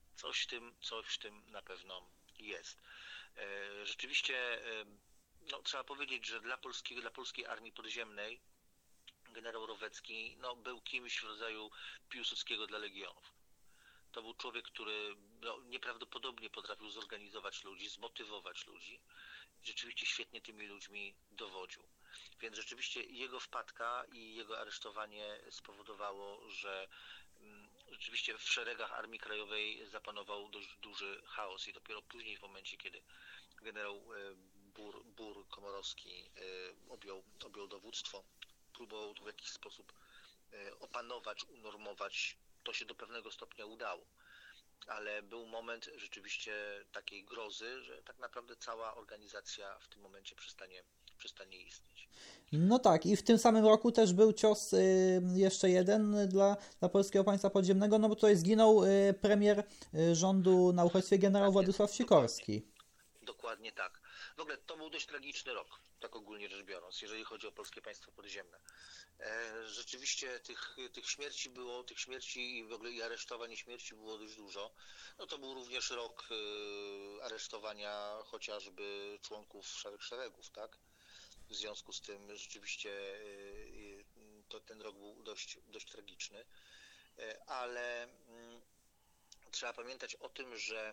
Coś w tym na pewno jest. Rzeczywiście trzeba powiedzieć, że dla polskiej armii podziemnej generał Rowecki był kimś w rodzaju Piłsudskiego dla legionów. To był człowiek, który nieprawdopodobnie potrafił zorganizować ludzi, zmotywować ludzi. Rzeczywiście świetnie tymi ludźmi dowodził. Więc rzeczywiście jego wpadka i jego aresztowanie spowodowało, że rzeczywiście w szeregach Armii Krajowej zapanował dość duży chaos i dopiero później, w momencie, kiedy generał Bur Komorowski objął dowództwo, próbował to w jakiś sposób opanować, unormować, to się do pewnego stopnia udało. Ale był moment rzeczywiście takiej grozy, że tak naprawdę cała organizacja w tym momencie przestanie istnieć. No tak, i w tym samym roku też był cios jeszcze jeden dla polskiego państwa podziemnego, no bo tutaj zginął premier rządu na uchodźstwie generał Władysław Sikorski. Dokładnie tak. W ogóle to był dość tragiczny rok, tak ogólnie rzecz biorąc, jeżeli chodzi o polskie państwo podziemne. Rzeczywiście tych śmierci i w ogóle i aresztowań i śmierci było dość dużo. No to był również rok aresztowania chociażby członków Szarych Szeregów, tak? W związku z tym rzeczywiście ten rok był dość tragiczny, ale trzeba pamiętać o tym, że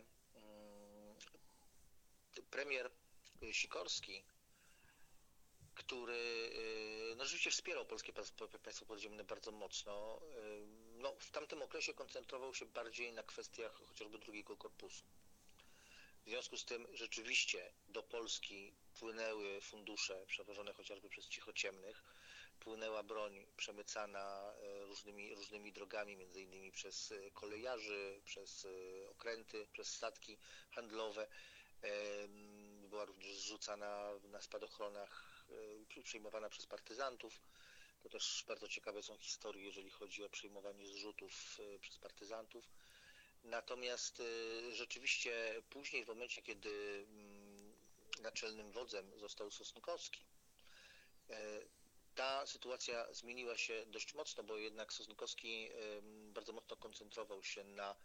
premier Sikorski, który rzeczywiście wspierał polskie państwo podziemne bardzo mocno, w tamtym okresie koncentrował się bardziej na kwestiach chociażby drugiego korpusu. W związku z tym rzeczywiście do Polski płynęły fundusze przewożone chociażby przez cichociemnych, płynęła broń przemycana różnymi drogami, między innymi przez kolejarzy, przez okręty, przez statki handlowe. Była również zrzucana na spadochronach, przejmowana przez partyzantów. To też bardzo ciekawe są historie, jeżeli chodzi o przejmowanie zrzutów przez partyzantów. Natomiast rzeczywiście później, w momencie, kiedy naczelnym wodzem został Sosnkowski, ta sytuacja zmieniła się dość mocno, bo jednak Sosnkowski bardzo mocno koncentrował się na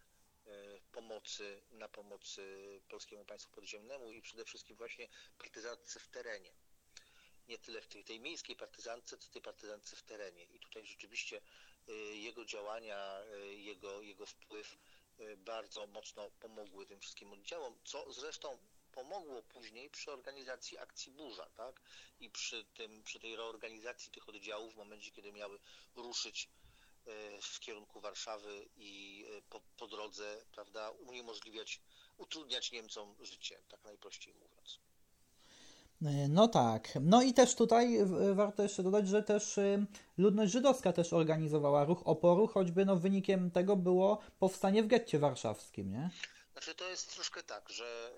pomocy polskiemu państwu podziemnemu i przede wszystkim właśnie partyzantce w terenie. Nie tyle w tej miejskiej partyzantce, co tej partyzantce w terenie. I tutaj rzeczywiście jego działania, jego wpływ bardzo mocno pomogły tym wszystkim oddziałom, co zresztą pomogło później przy organizacji akcji Burza, tak? I przy tej reorganizacji tych oddziałów w momencie, kiedy miały ruszyć w kierunku Warszawy i po drodze, prawda, utrudniać Niemcom życie, tak najprościej mówiąc. No tak. No i też tutaj warto jeszcze dodać, że też ludność żydowska też organizowała ruch oporu, choćby wynikiem tego było powstanie w getcie warszawskim, nie? Znaczy to jest troszkę tak, że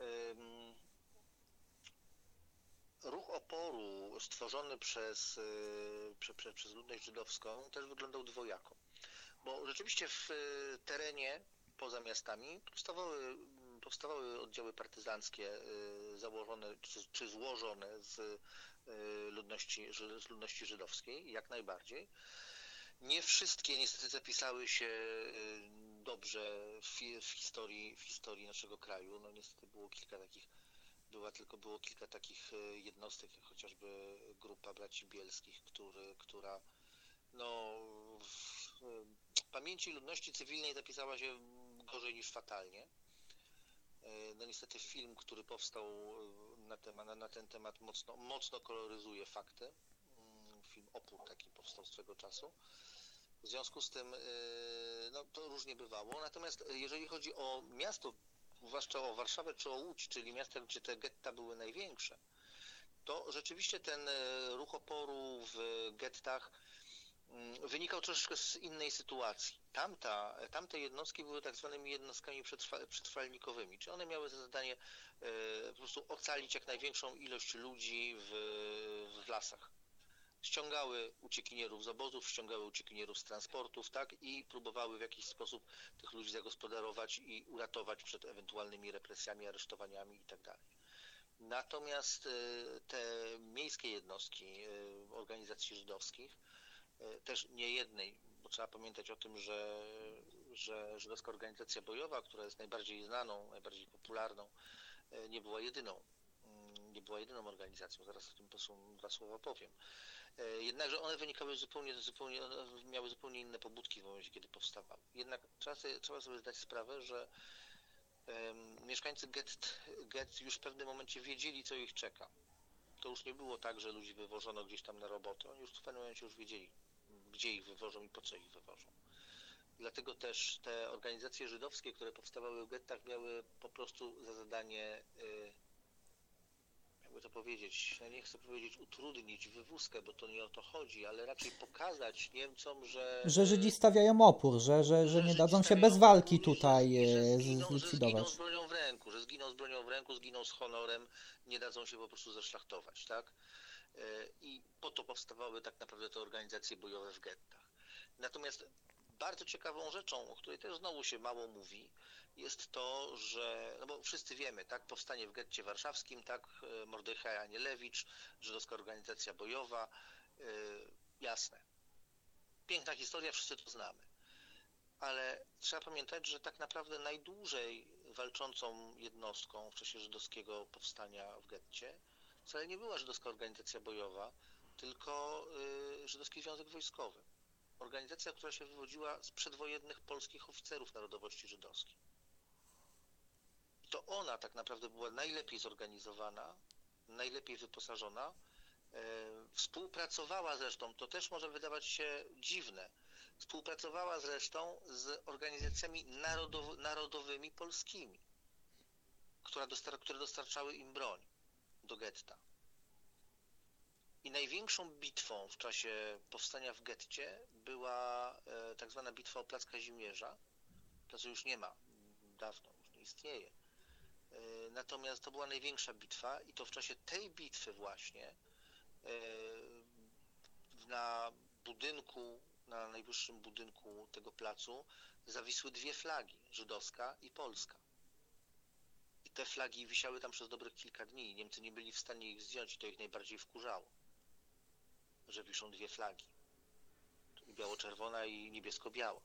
ruch oporu stworzony przez ludność żydowską też wyglądał dwojako. Bo rzeczywiście w terenie, poza miastami, powstawały oddziały partyzanckie założone czy złożone z ludności żydowskiej, jak najbardziej. Nie wszystkie niestety zapisały się dobrze w historii naszego kraju. No niestety było kilka takich jednostek, jak chociażby grupa braci bielskich, która no, w pamięci ludności cywilnej zapisała się gorzej niż fatalnie. No niestety film, który powstał na ten temat mocno koloryzuje fakty. Film Opór taki powstał swego czasu. W związku z tym no, to różnie bywało. Natomiast jeżeli chodzi o miasto, zwłaszcza o Warszawę czy o Łódź, czyli miasta, gdzie te getta były największe, to rzeczywiście ten ruch oporu w gettach wynikał troszeczkę z innej sytuacji. Tamte jednostki były tak zwanymi jednostkami przetrwalnikowymi, czyli one miały za zadanie po prostu ocalić jak największą ilość ludzi w lasach. Ściągały uciekinierów z obozów, ściągały uciekinierów z transportów, tak, i próbowały w jakiś sposób tych ludzi zagospodarować i uratować przed ewentualnymi represjami, aresztowaniami itd. Natomiast te miejskie jednostki organizacji żydowskich, też nie jednej, bo trzeba pamiętać o tym, że żydowska organizacja bojowa, która jest najbardziej znaną, najbardziej popularną, nie była jedyną organizacją, zaraz o tym dwa słowa powiem. Jednakże one wynikały miały zupełnie inne pobudki w momencie, kiedy powstawały. Jednak trzeba sobie zdać sprawę, że mieszkańcy gett już w pewnym momencie wiedzieli, co ich czeka. To już nie było tak, że ludzi wywożono gdzieś tam na robotę. Oni już w pewnym momencie już wiedzieli, gdzie ich wywożą i po co ich wywożą. Dlatego też te organizacje żydowskie, które powstawały w gettach, miały po prostu za zadanie, jakby to powiedzieć, no nie chcę powiedzieć utrudnić wywózkę, bo to nie o to chodzi, ale raczej pokazać Niemcom, że Żydzi stawiają opór, że nie dadzą się bez walki tutaj zlikwidować. Że zginą z bronią w ręku, zginą z honorem, nie dadzą się po prostu zeszlachtować, tak? I po to powstawały tak naprawdę te organizacje bojowe w gettach. Natomiast bardzo ciekawą rzeczą, o której też znowu się mało mówi, jest to, że, no bo wszyscy wiemy, tak, powstanie w getcie warszawskim, tak, Mordechaj Anielewicz, żydowska organizacja bojowa, jasne. Piękna historia, wszyscy to znamy. Ale trzeba pamiętać, że tak naprawdę najdłużej walczącą jednostką w czasie żydowskiego powstania w getcie wcale nie była żydowska organizacja bojowa, tylko Żydowski Związek Wojskowy. Organizacja, która się wywodziła z przedwojennych polskich oficerów narodowości żydowskiej. To ona tak naprawdę była najlepiej zorganizowana, najlepiej wyposażona, współpracowała zresztą, to też może wydawać się dziwne, współpracowała zresztą z organizacjami narodowymi polskimi, które dostarczały im broń do getta. I największą bitwą w czasie powstania w getcie była tak zwana bitwa o Plac Kazimierza. Placu już nie ma, dawno już nie istnieje. Natomiast to była największa bitwa i to w czasie tej bitwy właśnie na budynku, na najwyższym budynku tego placu zawisły dwie flagi, żydowska i polska. I te flagi wisiały tam przez dobrych kilka dni. Niemcy nie byli w stanie ich zdjąć i to ich najbardziej wkurzało, że wiszą dwie flagi. Biało-czerwona i niebiesko-biała.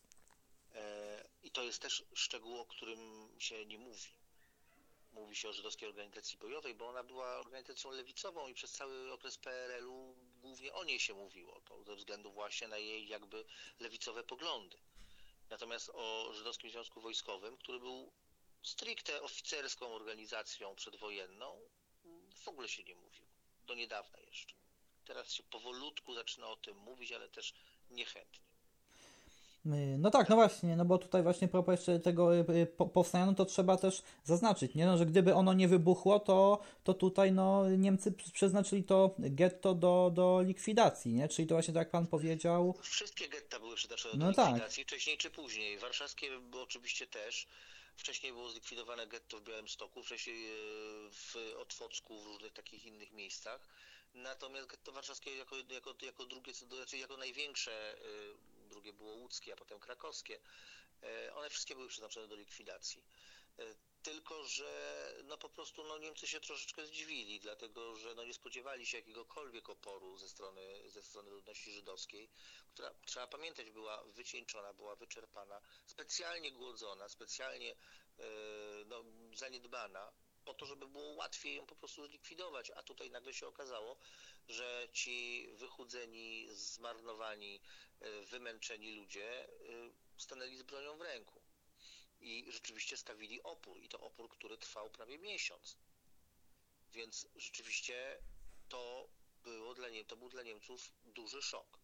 I to jest też szczegół, o którym się nie mówi. Mówi się o żydowskiej organizacji bojowej, bo ona była organizacją lewicową i przez cały okres PRL-u głównie o niej się mówiło, to ze względu właśnie na jej jakby lewicowe poglądy. Natomiast o Żydowskim Związku Wojskowym, który był stricte oficerską organizacją przedwojenną, w ogóle się nie mówiło. Do niedawna jeszcze. Teraz się powolutku zaczyna o tym mówić, ale też niechętnie. No tak, no właśnie, no bo tutaj właśnie propos jeszcze tego powstania, no to trzeba też zaznaczyć, nie? No, że gdyby ono nie wybuchło, to tutaj no, Niemcy przeznaczyli to getto do likwidacji, nie? Czyli to właśnie tak jak pan powiedział. Wszystkie getta były przeznaczone No do likwidacji, tak. wcześniej czy później. Warszawskie oczywiście też. Wcześniej było zlikwidowane getto w Białymstoku, wcześniej w Otwocku, w różnych takich innych miejscach. Natomiast getto warszawskie jako drugie, znaczy jako największe, drugie było łódzkie, a potem krakowskie, one wszystkie były przeznaczone do likwidacji. Tylko że no po prostu no Niemcy się troszeczkę zdziwili, dlatego że no nie spodziewali się jakiegokolwiek oporu ze strony ludności żydowskiej, która, trzeba pamiętać, była wycieńczona, była wyczerpana, specjalnie głodzona, specjalnie no, zaniedbana, po to, żeby było łatwiej ją po prostu zlikwidować, a tutaj nagle się okazało, że ci wychudzeni, zmarnowani, wymęczeni ludzie stanęli z bronią w ręku. I rzeczywiście stawili opór. I to opór, który trwał prawie miesiąc. Więc rzeczywiście to był dla Niemców duży szok.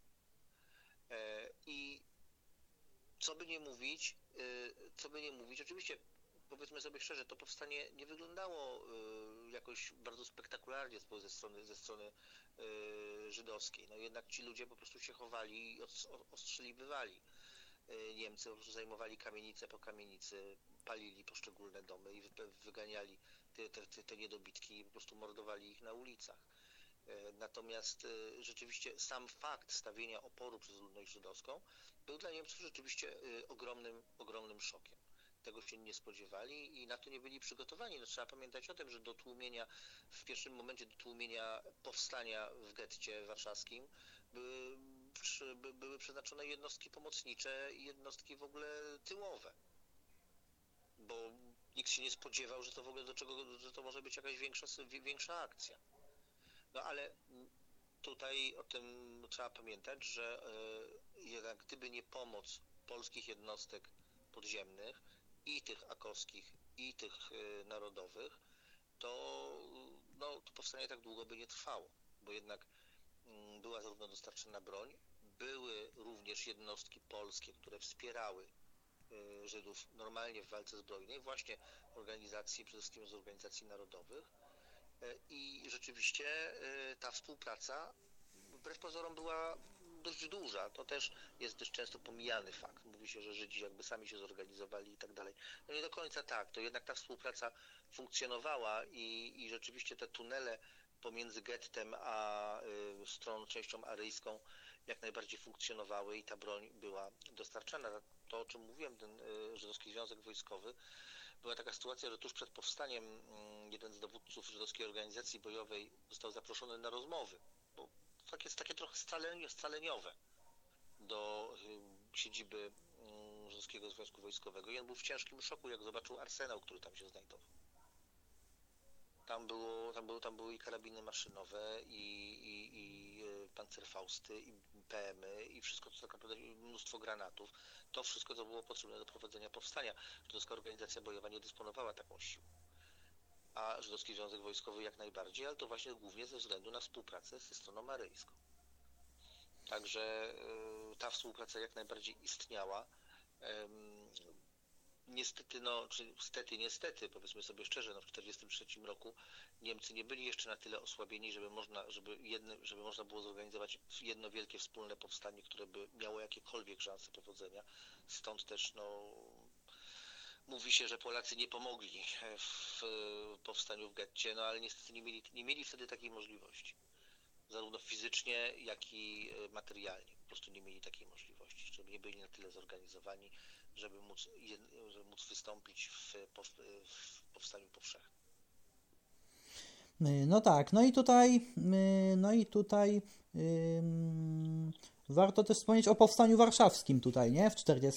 I co by nie mówić, oczywiście powiedzmy sobie szczerze, to powstanie nie wyglądało jakoś bardzo spektakularnie ze strony żydowskiej. No jednak ci ludzie po prostu się chowali i ostrzeliwywali. Niemcy po prostu zajmowali kamienicę po kamienicy, palili poszczególne domy i wyganiali te niedobitki i po prostu mordowali ich na ulicach. Natomiast rzeczywiście sam fakt stawienia oporu przez ludność żydowską był dla Niemców rzeczywiście ogromnym szokiem. Tego się nie spodziewali i na to nie byli przygotowani. No, trzeba pamiętać o tym, że w pierwszym momencie do tłumienia powstania w getcie warszawskim były przeznaczone jednostki pomocnicze i jednostki w ogóle tyłowe. Bo nikt się nie spodziewał, że to w ogóle że to może być jakaś większa akcja. No ale tutaj o tym trzeba pamiętać, że jednak gdyby nie pomoc polskich jednostek podziemnych i tych akowskich i tych narodowych, to powstanie tak długo by nie trwało, bo jednak była zarówno dostarczana broń, były również jednostki polskie, które wspierały Żydów normalnie w walce zbrojnej, właśnie przede wszystkim z organizacji narodowych i rzeczywiście ta współpraca wbrew pozorom była dość duża. To też jest dość często pomijany fakt. Mówi się, że Żydzi jakby sami się zorganizowali i tak dalej. No nie do końca tak. To jednak ta współpraca funkcjonowała i rzeczywiście te tunele pomiędzy gettem a częścią aryjską jak najbardziej funkcjonowały i ta broń była dostarczana. To, o czym mówiłem, ten Żydowski Związek Wojskowy, była taka sytuacja, że tuż przed powstaniem jeden z dowódców żydowskiej organizacji bojowej został zaproszony na rozmowy, bo to jest takie trochę scaleniowe do siedziby Żydowskiego Związku Wojskowego i on był w ciężkim szoku, jak zobaczył arsenał, który tam się znajdował. Tam były i karabiny maszynowe, i pancerfausty, i PM-y, i wszystko, co tak naprawdę, mnóstwo granatów. To wszystko, co było potrzebne do prowadzenia powstania. Żydowska organizacja bojowa nie dysponowała taką siłą. A Żydowski Związek Wojskowy jak najbardziej, ale to właśnie głównie ze względu na współpracę ze stroną aryjską. Także ta współpraca jak najbardziej istniała. niestety, czy niestety, powiedzmy sobie szczerze, w 1943 roku Niemcy nie byli jeszcze na tyle osłabieni, żeby można było zorganizować jedno wielkie wspólne powstanie, które by miało jakiekolwiek szanse powodzenia. Stąd też mówi się, że Polacy nie pomogli w powstaniu w getcie, ale niestety nie mieli wtedy takiej możliwości. Zarówno fizycznie, jak i materialnie. Po prostu nie mieli takiej możliwości, żeby nie byli na tyle zorganizowani, żeby móc wystąpić w powstaniu powszechnym. No tak, no i tutaj warto też wspomnieć o powstaniu warszawskim tutaj, nie? W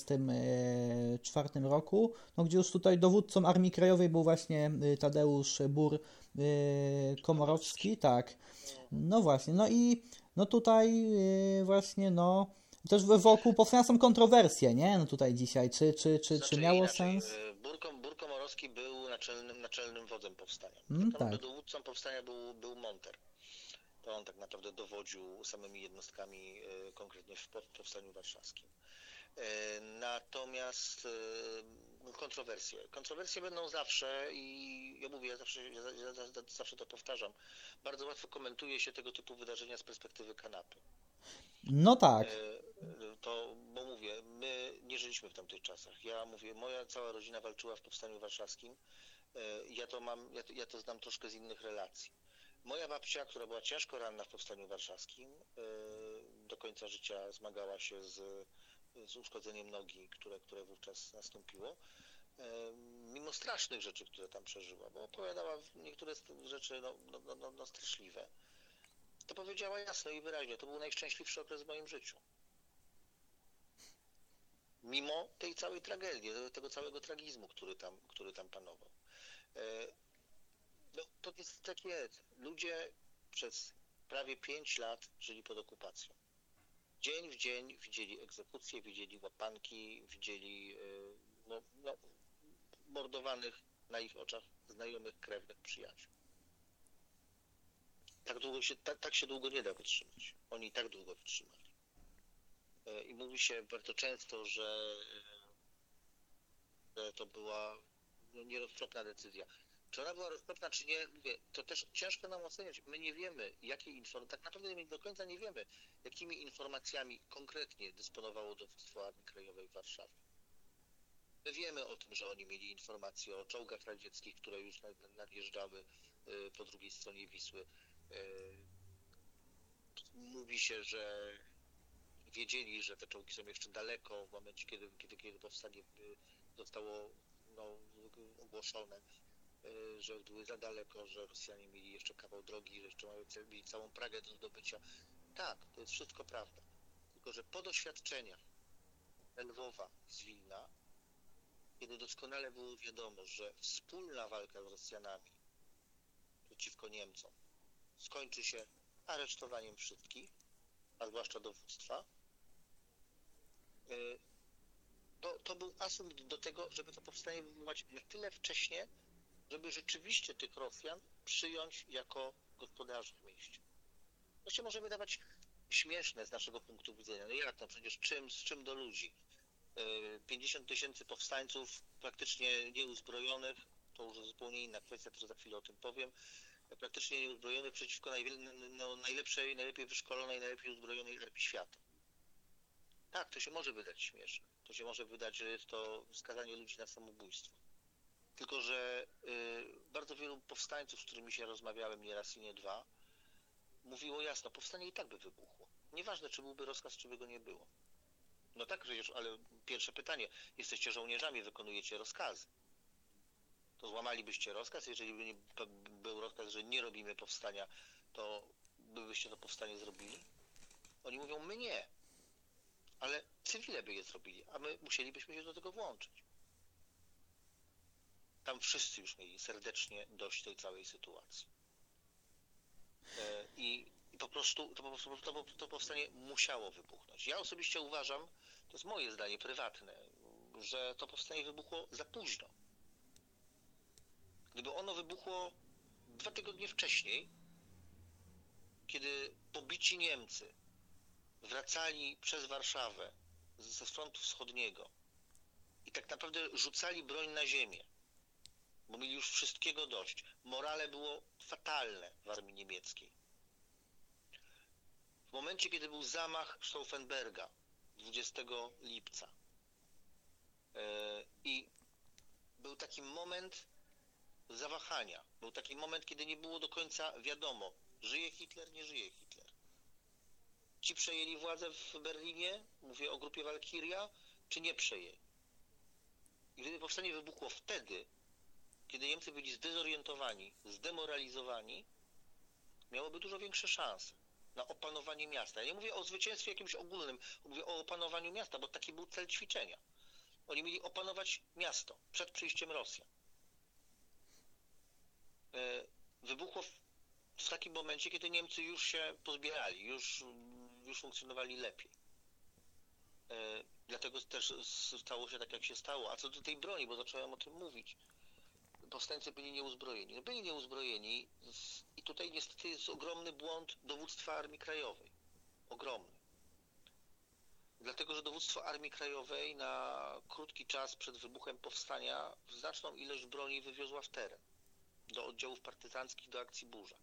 1944 roku, gdzie już tutaj dowódcą Armii Krajowej był właśnie Tadeusz Komorowski, tak. No właśnie, tutaj właśnie, też wokół powstania są kontrowersje, nie? No tutaj dzisiaj, czy miało inaczej, sens? Bur Komorowski był naczelnym wodzem powstania. Tak. Dowódcą powstania był Monter. To on tak naprawdę dowodził samymi jednostkami, konkretnie w powstaniu warszawskim. Natomiast kontrowersje będą zawsze i ja mówię, ja zawsze to powtarzam. Bardzo łatwo komentuje się tego typu wydarzenia z perspektywy kanapy. No tak. Bo mówię, my nie żyliśmy w tamtych czasach. Ja mówię, moja cała rodzina walczyła w powstaniu warszawskim. Ja to znam troszkę z innych relacji. Moja babcia, która była ciężko ranna w powstaniu warszawskim, do końca życia zmagała się z uszkodzeniem nogi, które wówczas nastąpiło, mimo strasznych rzeczy, które tam przeżyła, bo opowiadała niektóre rzeczy straszliwe. To powiedziała jasno i wyraźnie, to był najszczęśliwszy okres w moim życiu. Mimo tej całej tragedii, tego całego tragizmu, który tam panował. To jest tak jest. Ludzie przez prawie 5 lat żyli pod okupacją. Dzień w dzień widzieli egzekucje, widzieli łapanki, widzieli mordowanych na ich oczach znajomych, krewnych, przyjaciół. Tak się długo nie da wytrzymać. Oni tak długo wytrzymali. I mówi się bardzo często, że to była nieroztropna decyzja. Czy ona była roztropna, czy nie, mówię, to też ciężko nam oceniać. My nie wiemy, tak naprawdę my do końca nie wiemy, jakimi informacjami konkretnie dysponowało dowództwo Armii Krajowej w Warszawie. My wiemy o tym, że oni mieli informacje o czołgach radzieckich, które już nadjeżdżały po drugiej stronie Wisły. Mówi się, że wiedzieli, że te czołgi są jeszcze daleko w momencie, kiedy powstanie zostało ogłoszone, że były za daleko, że Rosjanie mieli jeszcze kawał drogi, że jeszcze mieli całą Pragę do zdobycia. Tak, to jest wszystko prawda. Tylko że po doświadczeniach Lwowa z Wilna, kiedy doskonale było wiadomo, że wspólna walka z Rosjanami przeciwko Niemcom skończy się aresztowaniem wszystkich, a zwłaszcza dowództwa, to był asumpt do tego, żeby to powstanie wywołać na tyle wcześnie, żeby rzeczywiście tych Rosjan przyjąć jako gospodarzy w mieście. To się może wydawać śmieszne z naszego punktu widzenia. No jak to przecież z czym do ludzi? 50 000 powstańców praktycznie nieuzbrojonych, to już zupełnie inna kwestia, też za chwilę o tym powiem, praktycznie nieuzbrojonych przeciwko najlepiej wyszkolonej, najlepiej uzbrojonej armii świata. Tak, to się może wydać śmieszne. To się może wydać, że jest to skazanie ludzi na samobójstwo. Tylko że bardzo wielu powstańców, z którymi się rozmawiałem nie raz i nie dwa, mówiło jasno, powstanie i tak by wybuchło. Nieważne, czy byłby rozkaz, czy by go nie było. No tak, przecież, ale pierwsze pytanie, jesteście żołnierzami, wykonujecie rozkazy. To złamalibyście rozkaz, jeżeli by był rozkaz, że nie robimy powstania, to byście to powstanie zrobili? Oni mówią, my nie, ale cywile by je zrobili, a my musielibyśmy się do tego włączyć. Tam wszyscy już mieli serdecznie dość tej całej sytuacji. I po prostu to powstanie musiało wybuchnąć. Ja osobiście uważam, to jest moje zdanie prywatne, że to powstanie wybuchło za późno. Gdyby ono wybuchło 2 tygodnie wcześniej, kiedy pobici Niemcy wracali przez Warszawę ze frontu wschodniego i tak naprawdę rzucali broń na ziemię, bo mieli już wszystkiego dość. Morale było fatalne w armii niemieckiej. W momencie, kiedy był zamach Stauffenberga 20 lipca i był taki moment zawahania, był taki moment, kiedy nie było do końca wiadomo, żyje Hitler, nie żyje Hitler. Ci przejęli władzę w Berlinie, mówię o grupie Walkiria, czy nie przejęli. I gdyby powstanie wybuchło wtedy, kiedy Niemcy byli zdezorientowani, zdemoralizowani, miałoby dużo większe szanse na opanowanie miasta. Ja nie mówię o zwycięstwie jakimś ogólnym, mówię o opanowaniu miasta, bo taki był cel ćwiczenia. Oni mieli opanować miasto przed przyjściem Rosjan. Wybuchło w takim momencie, kiedy Niemcy już się pozbierali, już funkcjonowali lepiej. Dlatego też stało się tak, jak się stało. A co do tej broni, bo zacząłem o tym mówić. Powstańcy byli nieuzbrojeni. No byli nieuzbrojeni i tutaj niestety jest ogromny błąd dowództwa Armii Krajowej. Ogromny. Dlatego, że dowództwo Armii Krajowej na krótki czas przed wybuchem powstania znaczną ilość broni wywiozła w teren. Do oddziałów partyzanckich, do akcji Burza.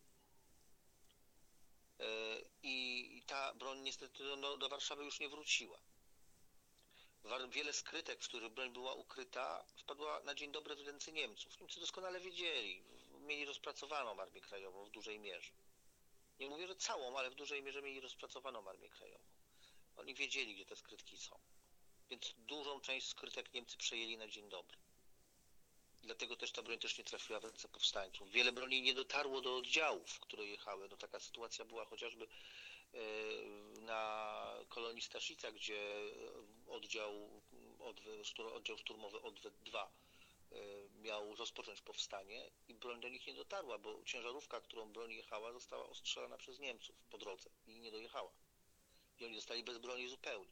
I ta broń niestety do Warszawy już nie wróciła. Wiele skrytek, w których broń była ukryta, wpadła na dzień dobry w ręce Niemców. Niemcy doskonale wiedzieli, mieli rozpracowaną Armię Krajową w dużej mierze. Nie mówię, że całą, ale w dużej mierze mieli rozpracowaną Armię Krajową. Oni wiedzieli, gdzie te skrytki są. Więc dużą część skrytek Niemcy przejęli na dzień dobry. Dlatego też ta broń też nie trafiła w ręce powstańców. Wiele broni nie dotarło do oddziałów, które jechały. No taka sytuacja była chociażby na kolonii Staszica, gdzie oddział szturmowy Odwet-2 miał rozpocząć powstanie i broń do nich nie dotarła, bo ciężarówka, którą broń jechała, została ostrzelana przez Niemców po drodze i nie dojechała. I oni zostali bez broni zupełnie.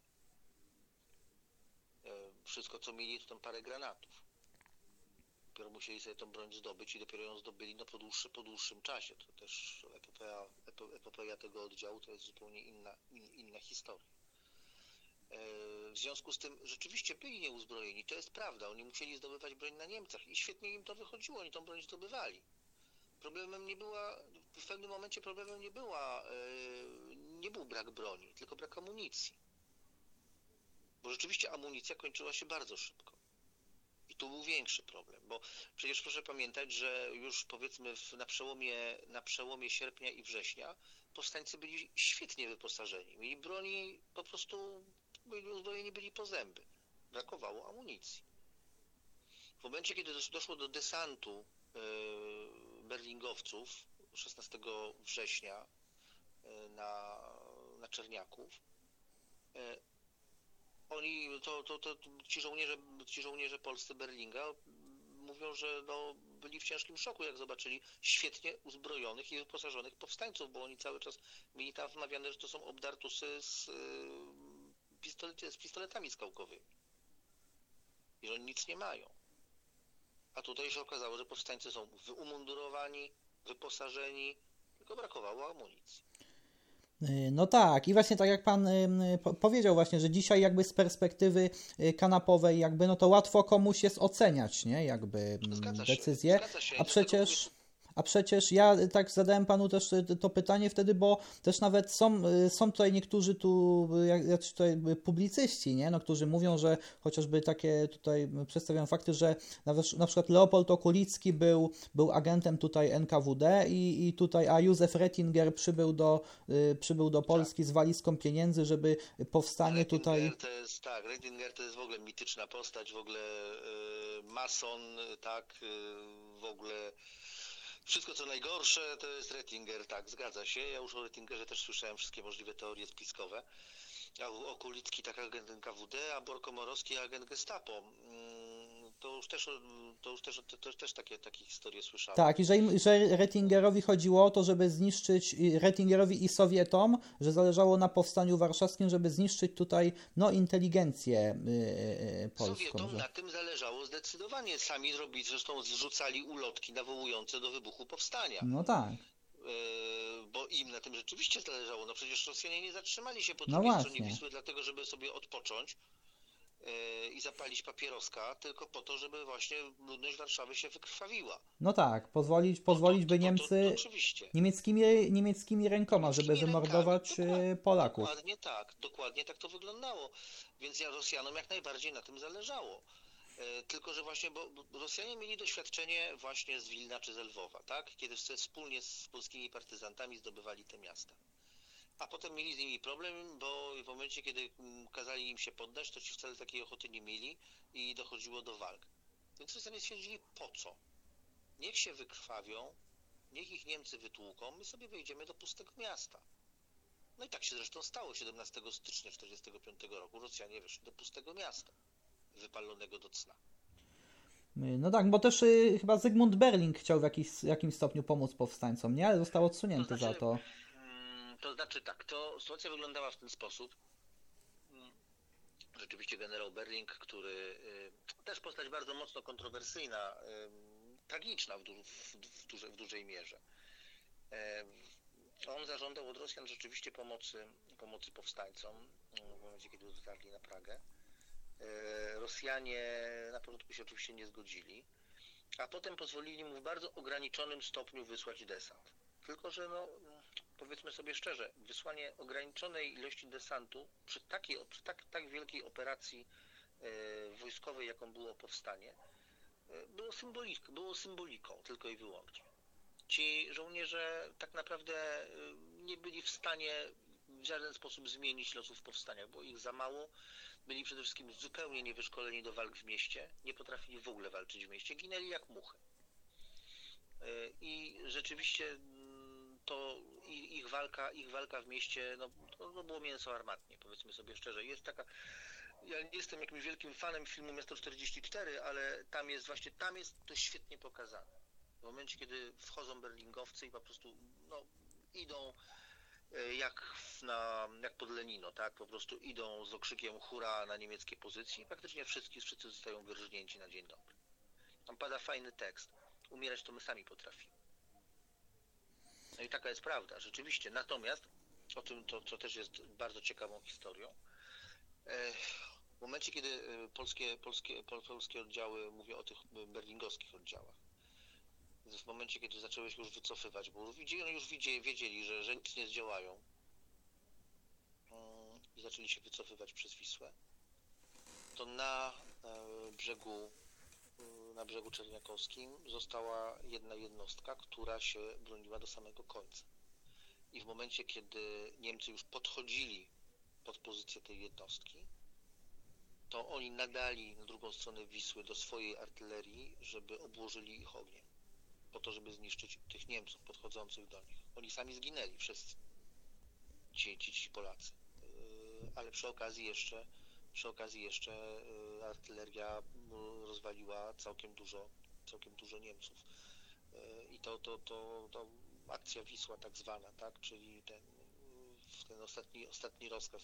Wszystko, co mieli, to tam parę granatów. Dopiero musieli sobie tą broń zdobyć i dopiero ją zdobyli po dłuższym czasie. To też epopeja tego oddziału to jest zupełnie inna historia. W związku z tym rzeczywiście byli nieuzbrojeni, to jest prawda. Oni musieli zdobywać broń na Niemcach i świetnie im to wychodziło, oni tą broń zdobywali. W pewnym momencie problemem nie był brak broni, tylko brak amunicji. Bo rzeczywiście amunicja kończyła się bardzo szybko. I tu był większy problem, bo przecież proszę pamiętać, że już powiedzmy na przełomie sierpnia i września powstańcy byli świetnie wyposażeni. Mieli broni, po prostu byli uzbrojeni byli po zęby. Brakowało amunicji. W momencie, kiedy doszło do desantu berlingowców 16 września na Czerniaków, ci żołnierze polscy Berlinga mówią, że byli w ciężkim szoku, jak zobaczyli świetnie uzbrojonych i wyposażonych powstańców, bo oni cały czas mieli tam wmawiane, że to są obdartusy z pistoletami skałkowymi i że oni nic nie mają. A tutaj się okazało, że powstańcy są umundurowani, wyposażeni, tylko brakowało amunicji. No tak, i właśnie tak jak pan powiedział właśnie, że dzisiaj jakby z perspektywy kanapowej jakby no to łatwo komuś jest oceniać, nie, jakby decyzję, a przecież ja tak zadałem panu też to pytanie wtedy, bo też nawet są tutaj niektórzy jacyś tutaj publicyści, nie, no, którzy mówią, że chociażby takie tutaj przedstawiają fakty, że na przykład Leopold Okulicki był agentem tutaj NKWD i tutaj, a Józef Rettinger przybył do Polski z walizką pieniędzy, żeby powstanie tutaj... Rettinger to jest w ogóle mityczna postać, w ogóle mason, tak, w ogóle... Wszystko, co najgorsze, to jest Rettinger, tak, zgadza się. Ja już o Rettingerze też słyszałem wszystkie możliwe teorie spiskowe. A Okulicki tak agent NKWD, a Borkomorowski agent Gestapo. To już też takie historie słyszałem. Tak, i że Rettingerowi chodziło o to, żeby zniszczyć, Rettingerowi i Sowietom, że zależało na powstaniu warszawskim, żeby zniszczyć tutaj inteligencję polską. Sowietom na tym zależało zdecydowanie. Sami zresztą zrzucali ulotki nawołujące do wybuchu powstania. No tak. Bo im na tym rzeczywiście zależało. No przecież Rosjanie nie zatrzymali się po drugiej stronie Wisły, dlatego żeby sobie odpocząć. i zapalić papieroska tylko po to, żeby właśnie ludność Warszawy się wykrwawiła. No tak, pozwolić, by To Niemcy oczywiście. niemieckimi rękoma, żeby Niemieckimi rękami. wymordować Polaków. Dokładnie tak to wyglądało. Więc Rosjanom jak najbardziej na tym zależało. Tylko że właśnie, bo Rosjanie mieli doświadczenie właśnie z Wilna czy z Lwowa, tak? Kiedy wspólnie z polskimi partyzantami zdobywali te miasta. A potem mieli z nimi problem, bo w momencie, kiedy kazali im się poddać, to ci wcale takiej ochoty nie mieli i dochodziło do walk. Więc Rosjanie stwierdzili, po co? Niech się wykrwawią, niech ich Niemcy wytłuką, my sobie wejdziemy do pustego miasta. No i tak się zresztą stało 17 stycznia 1945 roku. Rosjanie weszli do pustego miasta, wypalonego do cna. No tak, bo też chyba Zygmunt Berling chciał w jakimś stopniu pomóc powstańcom, nie? Ale został odsunięty za to. To znaczy tak, to sytuacja wyglądała w ten sposób. Rzeczywiście generał Berling, który też postać bardzo mocno kontrowersyjna, tragiczna w dużej mierze. On zażądał od Rosjan rzeczywiście pomocy powstańcom w momencie, kiedy dotarli na Pragę. Rosjanie na początku się oczywiście nie zgodzili, a potem pozwolili mu w bardzo ograniczonym stopniu wysłać desant. Tylko że powiedzmy sobie szczerze, wysłanie ograniczonej ilości desantu przy tak wielkiej operacji wojskowej, jaką było powstanie, było symboliką tylko i wyłącznie. Ci żołnierze tak naprawdę nie byli w stanie w żaden sposób zmienić losów powstania, bo ich za mało. Byli przede wszystkim zupełnie niewyszkoleni do walk w mieście, nie potrafili w ogóle walczyć w mieście, ginęli jak muchy. I rzeczywiście to ich walka w mieście, to było mięso armatnie, powiedzmy sobie szczerze. Ja nie jestem jakimś wielkim fanem filmu Miasto 44, ale tam jest to świetnie pokazane. W momencie, kiedy wchodzą berlingowcy i po prostu idą jak pod Lenino, tak? Po prostu idą z okrzykiem hurra na niemieckie pozycje i praktycznie wszyscy zostają wyrżnięci na dzień dobry. Tam pada fajny tekst. Umierać to my sami potrafimy. No i taka jest prawda, rzeczywiście. Natomiast o tym, co też jest bardzo ciekawą historią, w momencie, kiedy polskie oddziały, mówię o tych berlingowskich oddziałach, w momencie, kiedy zaczęły się już wycofywać, bo oni już wiedzieli, że nic nie zdziałają i zaczęli się wycofywać przez Wisłę, to na brzegu czerniakowskim została jedna jednostka, która się broniła do samego końca. I w momencie, kiedy Niemcy już podchodzili pod pozycję tej jednostki, to oni nadali na drugą stronę Wisły do swojej artylerii, żeby obłożyli ich ogniem, po to, żeby zniszczyć tych Niemców podchodzących do nich. Oni sami zginęli, wszyscy ci Polacy. Ale przy okazji jeszcze artyleria rozwaliła całkiem dużo Niemców. I to akcja Wisła tak zwana, tak? Czyli ten ostatni rozkaz,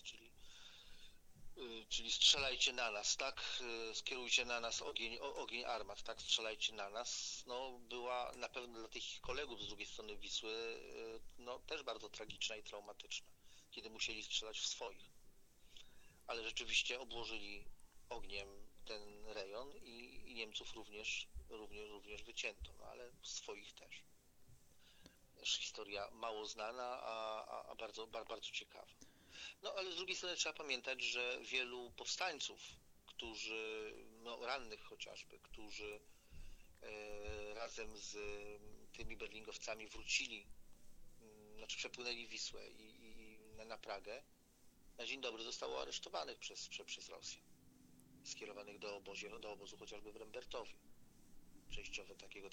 czyli strzelajcie na nas, tak? Skierujcie na nas ogień armat, tak? Strzelajcie na nas. Była na pewno dla tych kolegów z drugiej strony Wisły też bardzo tragiczna i traumatyczna, kiedy musieli strzelać w swoich. Ale rzeczywiście obłożyli ogniem ten rejon i Niemców również wycięto, ale swoich też. Też historia mało znana, a bardzo, bardzo ciekawa. Ale z drugiej strony trzeba pamiętać, że wielu powstańców, którzy, rannych chociażby, którzy razem z tymi berlingowcami wrócili, przepłynęli Wisłę i na Pragę, na dzień dobry zostało aresztowanych przez Rosję, skierowanych do obozu chociażby w Rembertowie, częściowo takiego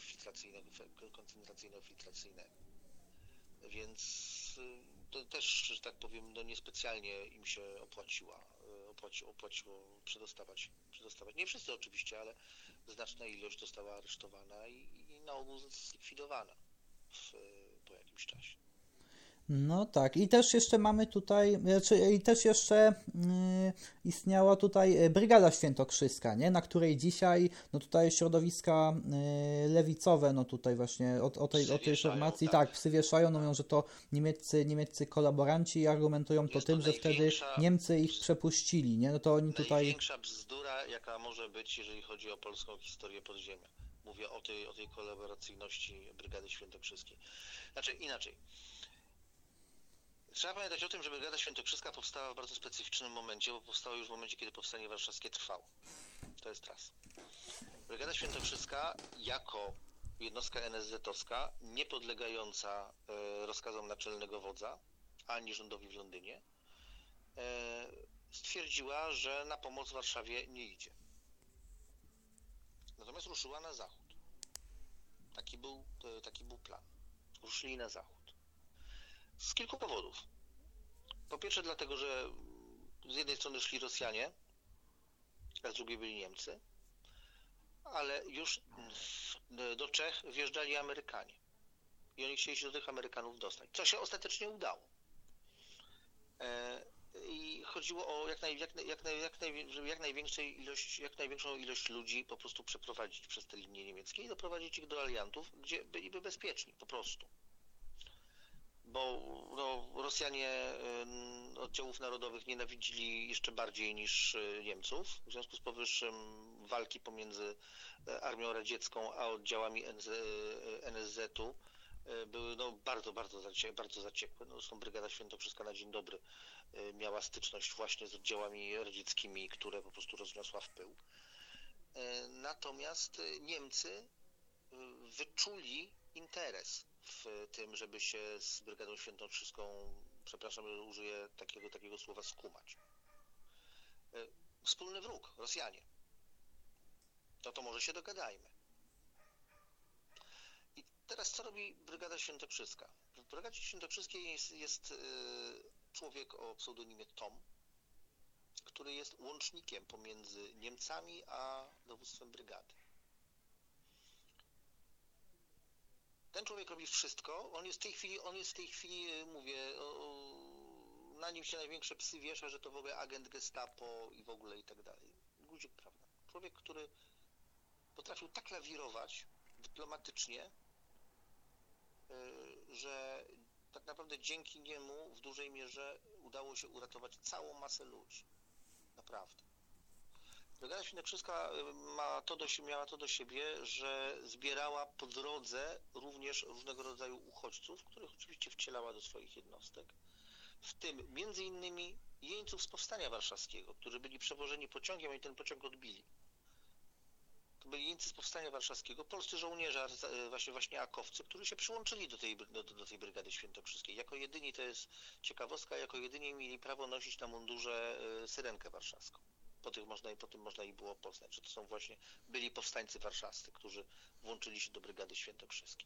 koncentracyjno-filtracyjnego. Więc to też, że tak powiem, niespecjalnie im się opłaciło przedostawać. Nie wszyscy oczywiście, ale znaczna ilość została aresztowana i na ogół zlikwidowana po jakimś czasie. No tak, i też jeszcze mamy tutaj, i też jeszcze istniała tutaj Brygada Świętokrzyska, nie? Na której dzisiaj, no tutaj środowiska lewicowe, no tutaj właśnie o tej Przywieszają, formacji, tak. tak, przywieszają, no mówią, że to niemieccy kolaboranci i argumentują to Jest to tym, że wtedy Niemcy ich przepuścili, nie? No to oni tutaj... największa bzdura, jaka może być, jeżeli chodzi o polską historię podziemia. Mówię o tej kolaboracyjności Brygady Świętokrzyskiej. Znaczy inaczej. Trzeba pamiętać o tym, że Brygada Świętokrzyska powstała w bardzo specyficznym momencie, bo powstała już w momencie, kiedy Powstanie Warszawskie trwało. To jest raz. Brygada Świętokrzyska jako jednostka NSZ-owska, nie podlegająca rozkazom naczelnego wodza, ani rządowi w Londynie, stwierdziła, że na pomoc Warszawie nie idzie. Natomiast ruszyła na zachód. Taki był plan. Ruszyli na zachód. Z kilku powodów. Po pierwsze dlatego, że z jednej strony szli Rosjanie, a z drugiej byli Niemcy, ale już do Czech wjeżdżali Amerykanie. I oni chcieli się do tych Amerykanów dostać, co się ostatecznie udało. I chodziło o jak największą ilość ludzi po prostu przeprowadzić przez te linie niemieckie i doprowadzić ich do aliantów, gdzie byliby bezpieczni, po prostu. Bo Rosjanie oddziałów narodowych nienawidzili jeszcze bardziej niż Niemców. W związku z powyższym walki pomiędzy Armią Radziecką a oddziałami NSZ-u były bardzo zaciekłe. Zresztą Brygada Świętokrzyska na dzień dobry miała styczność właśnie z oddziałami radzieckimi, które po prostu rozniosła w pył. Natomiast Niemcy wyczuli interes w tym, żeby się z Brygadą Świętokrzyską, przepraszam, że użyję takiego słowa, skumać. Wspólny wróg, Rosjanie. No to może się dogadajmy. I teraz co robi Brygada Świętokrzyska? W Brygadzie Świętokrzyskiej jest człowiek o pseudonimie Tom, który jest łącznikiem pomiędzy Niemcami a dowództwem brygady. Ten człowiek robi wszystko, on jest w tej chwili, mówię, na nim się największe psy wiesza, że to w ogóle agent Gestapo i w ogóle i tak dalej. Guzik, prawda? Człowiek, który potrafił tak lawirować dyplomatycznie, że tak naprawdę dzięki niemu w dużej mierze udało się uratować całą masę ludzi. Naprawdę. Brygada Świętokrzyska miała to do siebie, że zbierała po drodze również różnego rodzaju uchodźców, których oczywiście wcielała do swoich jednostek. W tym między innymi jeńców z Powstania Warszawskiego, którzy byli przewożeni pociągiem i ten pociąg odbili. To byli jeńcy z Powstania Warszawskiego, polscy żołnierze, właśnie akowcy, którzy się przyłączyli do tej Brygady Świętokrzyskiej. Jako jedyni, to jest ciekawostka, jako jedyni mieli prawo nosić na mundurze syrenkę warszawską. Po tym można i było poznać, że to są właśnie byli powstańcy warszawscy, którzy włączyli się do Brygady Świętokrzyskiej.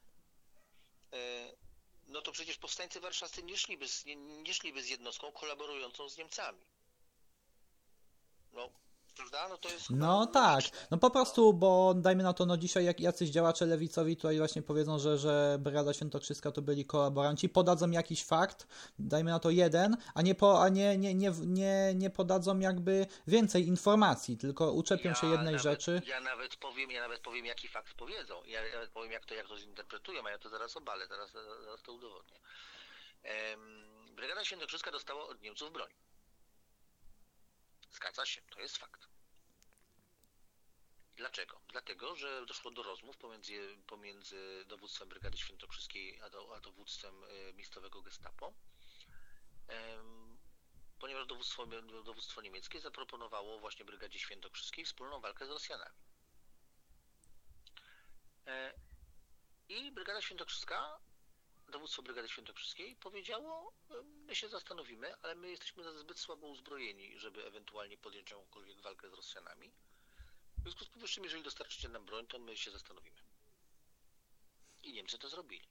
No to przecież powstańcy warszawscy nie szliby z jednostką kolaborującą z Niemcami. No, prawda? No to jest No tak, no po prostu, bo dajmy na to, no dzisiaj jak jacyś działacze lewicowi tutaj właśnie powiedzą, że Brygada Świętokrzyska to byli kolaboranci, podadzą jakiś fakt, dajmy na to jeden, a nie podadzą jakby więcej informacji, tylko uczepią się jednej rzeczy. Ja nawet powiem, jaki fakt powiedzą. Ja nawet powiem, jak to zinterpretują, a ja to zaraz obalę, zaraz to udowodnię. Brygada Świętokrzyska dostała od Niemców broń. Zgadza się, to jest fakt. Dlaczego? Dlatego, że doszło do rozmów pomiędzy dowództwem Brygady Świętokrzyskiej a dowództwem miejscowego Gestapo, ponieważ dowództwo niemieckie zaproponowało właśnie Brygadzie Świętokrzyskiej wspólną walkę z Rosjanami. I Brygada Świętokrzyska, dowództwo Brygady Świętokrzyskiej powiedziało, my się zastanowimy, ale my jesteśmy zbyt słabo uzbrojeni, żeby ewentualnie podjąć jakąkolwiek walkę z Rosjanami. W związku z powyższym, jeżeli dostarczycie nam broń, to my się zastanowimy. I Niemcy to zrobili.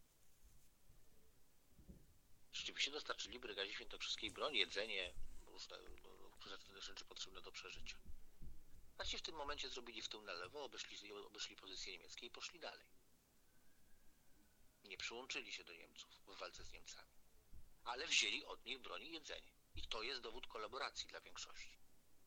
Rzeczywiście dostarczyli Brygadzie Świętokrzyskiej broń, jedzenie, różne rzeczy potrzebne do przeżycia. A ci w tym momencie zrobili w tył na lewo, obeszli pozycje niemieckie i poszli dalej. przyłączyli się do Niemców w walce z Niemcami, ale wzięli od nich broń i jedzenie. I to jest dowód kolaboracji dla większości.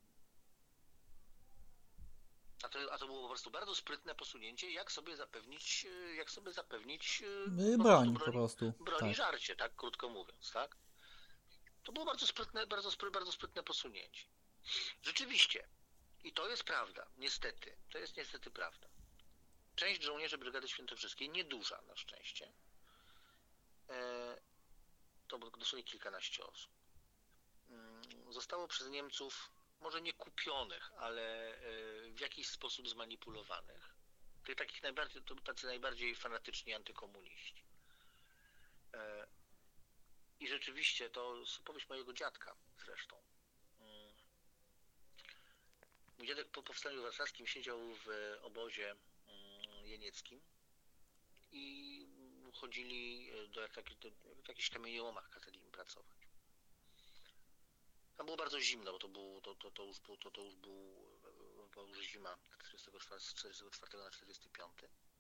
A to było po prostu bardzo sprytne posunięcie, jak sobie zapewnić Broń po prostu. broń i Tak. żarcie, tak, krótko mówiąc, tak? To było bardzo sprytne posunięcie. Rzeczywiście, i to jest prawda, niestety, to jest niestety prawda. Część żołnierzy Brygady Świętokrzyskiej, nieduża na szczęście, to było dosłownie kilkanaście osób, zostało przez Niemców może nie kupionych, ale w jakiś sposób zmanipulowanych. Tacy najbardziej fanatyczni antykomuniści. I rzeczywiście, to jest opowieść mojego dziadka zresztą. Mój dziadek po powstaniu warszawskim siedział w obozie jenieckim i chodzili w jakichś kamieniołomach, kazali im pracować. Tam było bardzo zimno, bo to już była zima z 44 na 45.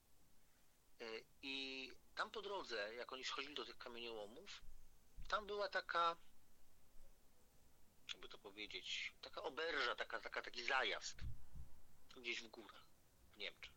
I tam po drodze, jak oni schodzili do tych kamieniołomów, tam była taka, jakby to powiedzieć, taka oberża, taki zajazd gdzieś w górach w Niemczech.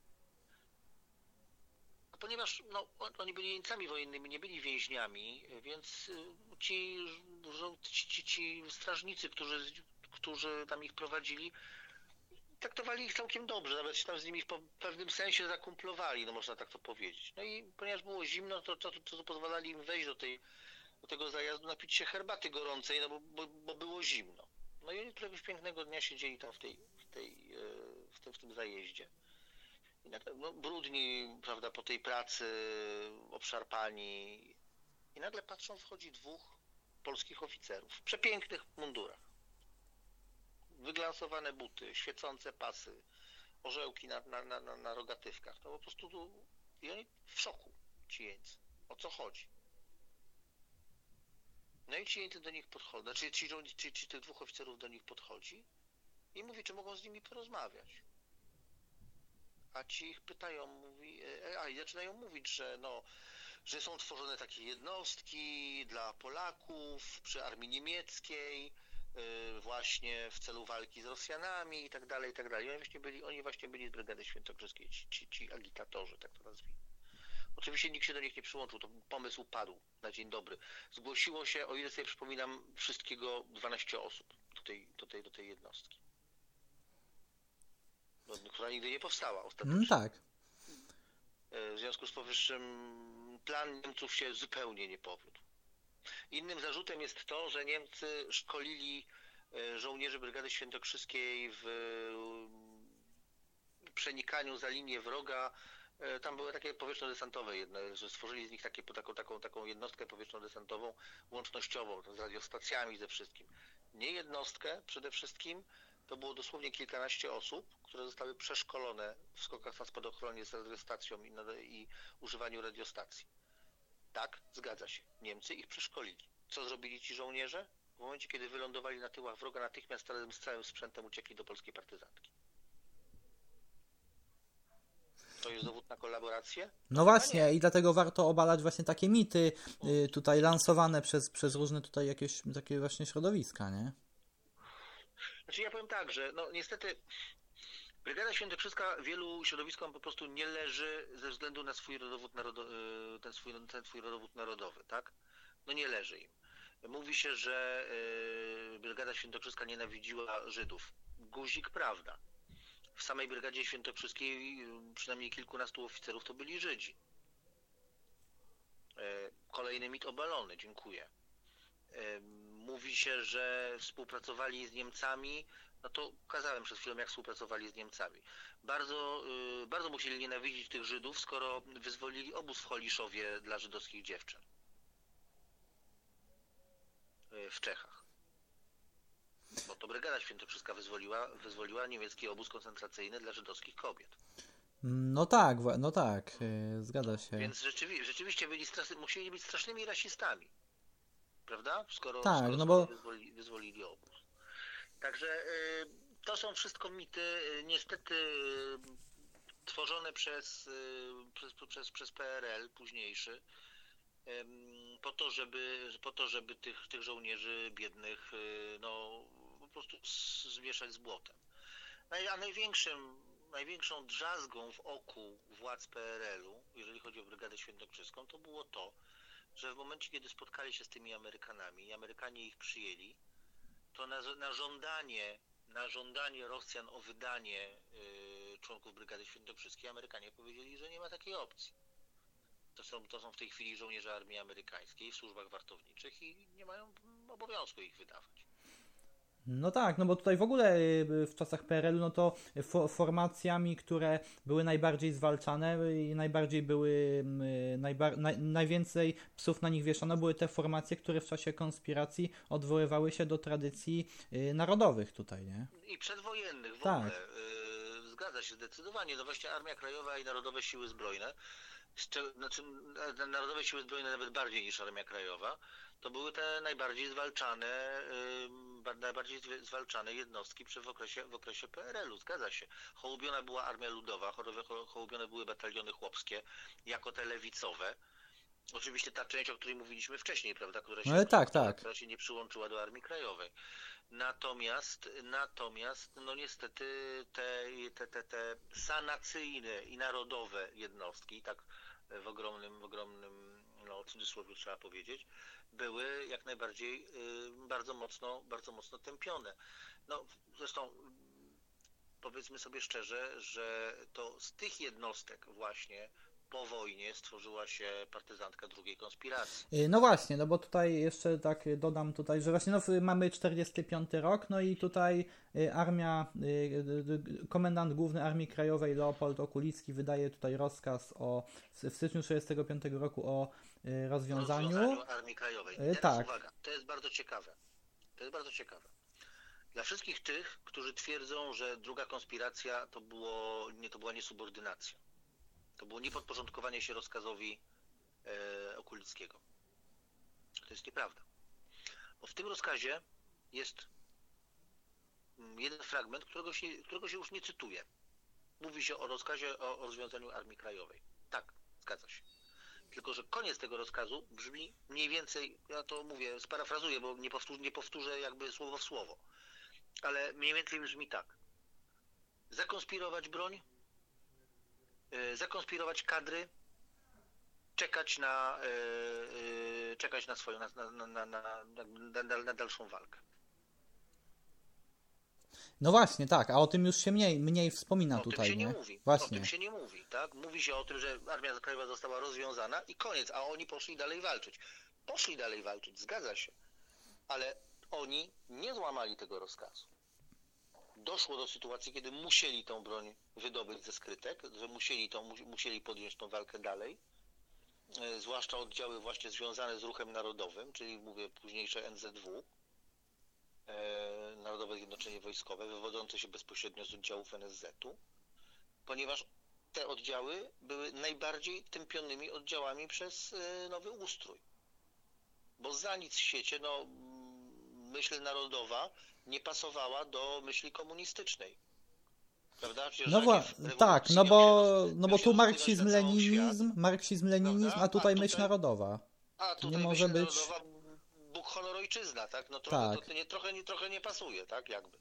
A ponieważ oni byli jeńcami wojennymi, nie byli więźniami, więc ci strażnicy, którzy tam ich prowadzili, traktowali ich całkiem dobrze, nawet się tam z nimi w pewnym sensie zakumplowali, można tak to powiedzieć. No i ponieważ było zimno, to pozwalali im wejść do tego zajazdu, napić się herbaty gorącej, bo było zimno. No i oni któregoś pięknego dnia siedzieli tam w tym zajeździe. I nagle, brudni, prawda, po tej pracy, obszarpani. I nagle patrzą, wchodzi dwóch polskich oficerów w przepięknych mundurach. Wyglansowane buty, świecące pasy, orzełki na rogatywkach. To po prostu i oni w szoku, ci jeńcy. O co chodzi? No i ci jeńcy do nich podchodzą, znaczy tych dwóch oficerów do nich podchodzi i mówi, czy mogą z nimi porozmawiać. A ci ich pytają, i zaczynają mówić, że są tworzone takie jednostki dla Polaków przy armii niemieckiej, właśnie w celu walki z Rosjanami i tak dalej, i tak dalej. Oni właśnie byli z Brygady Świętokrzyskiej, ci agitatorzy, tak to nazwijmy. Oczywiście nikt się do nich nie przyłączył, to pomysł padł na dzień dobry. Zgłosiło się, o ile sobie przypominam, wszystkiego 12 osób do tej jednostki. Która nigdy nie powstała ostatecznie. Tak. W związku z powyższym plan Niemców się zupełnie nie powiódł. Innym zarzutem jest to, że Niemcy szkolili żołnierzy Brygady Świętokrzyskiej w przenikaniu za linię wroga. Tam były takie powietrzno-desantowe jedne, że stworzyli z nich taką jednostkę powietrzno-desantową łącznościową, z radiostacjami, ze wszystkim. Nie jednostkę przede wszystkim, to było dosłownie kilkanaście osób, które zostały przeszkolone w skokach na spadochronie z radiostacją i używaniu radiostacji. Tak, zgadza się. Niemcy ich przeszkolili. Co zrobili ci żołnierze? W momencie, kiedy wylądowali na tyłach wroga, natychmiast z całym sprzętem uciekli do polskiej partyzantki. To jest dowód na kolaborację? No właśnie, i dlatego warto obalać właśnie takie mity tutaj lansowane przez różne tutaj jakieś takie właśnie środowiska, nie? Znaczy ja powiem tak, że niestety Brygada Świętokrzyska wielu środowiskom po prostu nie leży ze względu na swój rodowód ten swój rodowód narodowy, tak? Nie leży im. Mówi się, że Brygada Świętokrzyska nienawidziła Żydów. Guzik, prawda. W samej Brygadzie Świętokrzyskiej przynajmniej kilkunastu oficerów to byli Żydzi. Kolejny mit obalony, dziękuję. Mówi się, że współpracowali z Niemcami, to ukazałem przed chwilą, jak współpracowali z Niemcami. Bardzo musieli nienawidzić tych Żydów, skoro wyzwolili obóz w Holiszowie dla żydowskich dziewczyn w Czechach. Bo to Brygada Świętokrzyska wyzwoliła niemiecki obóz koncentracyjny dla żydowskich kobiet. No tak, zgadza się. Więc rzeczywiście musieli być strasznymi rasistami, prawda? Skoro wyzwolili obóz. Także to są wszystko mity. Niestety tworzone przez PRL późniejszy, po to, żeby tych żołnierzy biednych no, po prostu zmieszać z błotem. A największą drzazgą w oku władz PRL-u, jeżeli chodzi o Brygadę Świętokrzyską, to było to, że w momencie, kiedy spotkali się z tymi Amerykanami i Amerykanie ich przyjęli, to na żądanie Rosjan o wydanie członków Brygady Świętokrzyskiej, Amerykanie powiedzieli, że nie ma takiej opcji. To są w tej chwili żołnierze armii amerykańskiej w służbach wartowniczych i nie mają obowiązku ich wydawać. No tak, no bo tutaj w ogóle w czasach PRL-u, no to formacjami, które były najbardziej zwalczane i najbardziej były, najwięcej psów na nich wieszano, były te formacje, które w czasie konspiracji odwoływały się do tradycji narodowych tutaj, nie? I przedwojennych w Tak. ogóle. Zgadza się zdecydowanie. No właśnie Armia Krajowa i Narodowe Siły Zbrojne, znaczy Narodowe Siły Zbrojne nawet bardziej niż Armia Krajowa, to były te najbardziej zwalczane jednostki w okresie PRL-u. Zgadza się. Hołubiona była Armia Ludowa, hołubione były bataliony chłopskie, jako te lewicowe. Oczywiście ta część, o której mówiliśmy wcześniej, prawda, która się nie przyłączyła do Armii Krajowej. Natomiast no niestety te sanacyjne i narodowe jednostki, tak w ogromnym no cudzysłowie trzeba powiedzieć, były jak najbardziej bardzo mocno tępione. No zresztą powiedzmy sobie szczerze, że to z tych jednostek właśnie po wojnie stworzyła się partyzantka drugiej konspiracji. No właśnie, no bo tutaj jeszcze tak dodam tutaj, że właśnie no, mamy 45 rok, no i tutaj armia, komendant główny Armii Krajowej Leopold Okulicki wydaje tutaj rozkaz w styczniu 65 roku o rozwiązaniu Armii Krajowej. Tak. Uwaga, to jest bardzo ciekawe. Dla wszystkich tych, którzy twierdzą, że druga konspiracja to była niesubordynacja. To było niepodporządkowanie się rozkazowi Okulickiego. To jest nieprawda. Bo w tym rozkazie jest jeden fragment, którego się już nie cytuje. Mówi się o rozkazie o rozwiązaniu Armii Krajowej. Tak, zgadza się. Tylko że koniec tego rozkazu brzmi mniej więcej, ja to mówię, sparafrazuję, bo nie powtórzę jakby słowo w słowo, ale mniej więcej brzmi tak. Zakonspirować broń, zakonspirować kadry, czekać na swoją, na dalszą walkę. No właśnie, tak, a o tym już się mniej wspomina tutaj, nie? Nie mówi. Właśnie. O tym się nie mówi, tak? Mówi się o tym, że Armia Krajowa została rozwiązana i koniec, a oni poszli dalej walczyć. Zgadza się, ale oni nie złamali tego rozkazu. Doszło do sytuacji, kiedy musieli tą broń wydobyć ze skrytek, że musieli podjąć tą walkę dalej, zwłaszcza oddziały właśnie związane z ruchem narodowym, czyli mówię późniejsze NZW, Narodowe Zjednoczenie Wojskowe, wywodzące się bezpośrednio z oddziałów NSZ-u, ponieważ te oddziały były najbardziej tępionymi oddziałami przez nowy ustrój. Bo za nic w świecie, myśl narodowa nie pasowała do myśli komunistycznej. Prawda? Tak, no bo tu marksizm-leninizm, a tutaj myśl narodowa. A tutaj nie może być narodowa, Bóg, honor, ojczyzna, tak? No trochę, tak. trochę nie pasuje, tak? Jakby.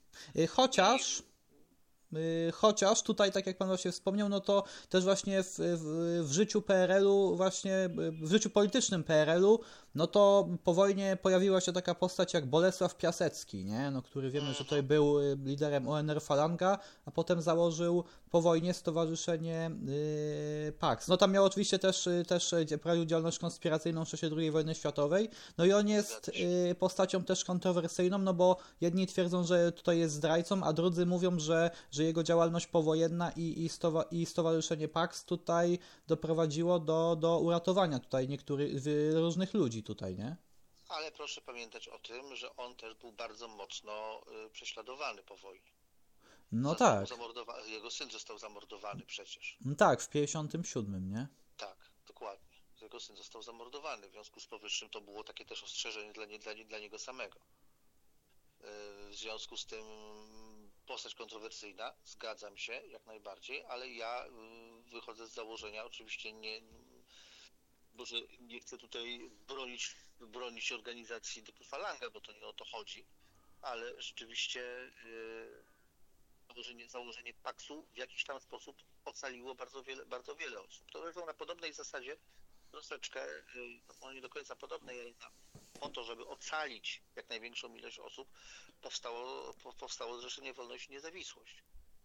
Chociaż tutaj, tak jak pan właśnie wspomniał, no to też właśnie w życiu PRL-u, właśnie w życiu politycznym PRL-u, no to po wojnie pojawiła się taka postać jak Bolesław Piasecki, nie? No, który wiemy, że tutaj był liderem ONR Falanga, a potem założył po wojnie stowarzyszenie PAX. No tam miał oczywiście też prowadził działalność konspiracyjną w czasie II wojny światowej, no i on jest postacią też kontrowersyjną, no bo jedni twierdzą, że tutaj jest zdrajcą, a drudzy mówią, że jego działalność powojenna i stowarzyszenie PAX tutaj doprowadziło do uratowania tutaj różnych ludzi tutaj, nie? Ale proszę pamiętać o tym, że on też był bardzo mocno prześladowany po wojnie. No tak. Jego syn został zamordowany przecież. No tak, w 57, nie? Tak, dokładnie. Jego syn został zamordowany. W związku z powyższym to było takie też ostrzeżenie dla niego samego. W związku z tym postać kontrowersyjna, zgadzam się jak najbardziej, ale ja wychodzę z założenia, oczywiście może nie chcę tutaj bronić organizacji typu Falanga, bo to nie o to chodzi, ale rzeczywiście założenie Paksu w jakiś tam sposób ocaliło bardzo wiele osób. To zresztą na podobnej zasadzie troszeczkę, no nie do końca podobnej, ale po to, żeby ocalić jak największą ilość osób, powstało Zrzeszenie Wolność i Niezawisłość,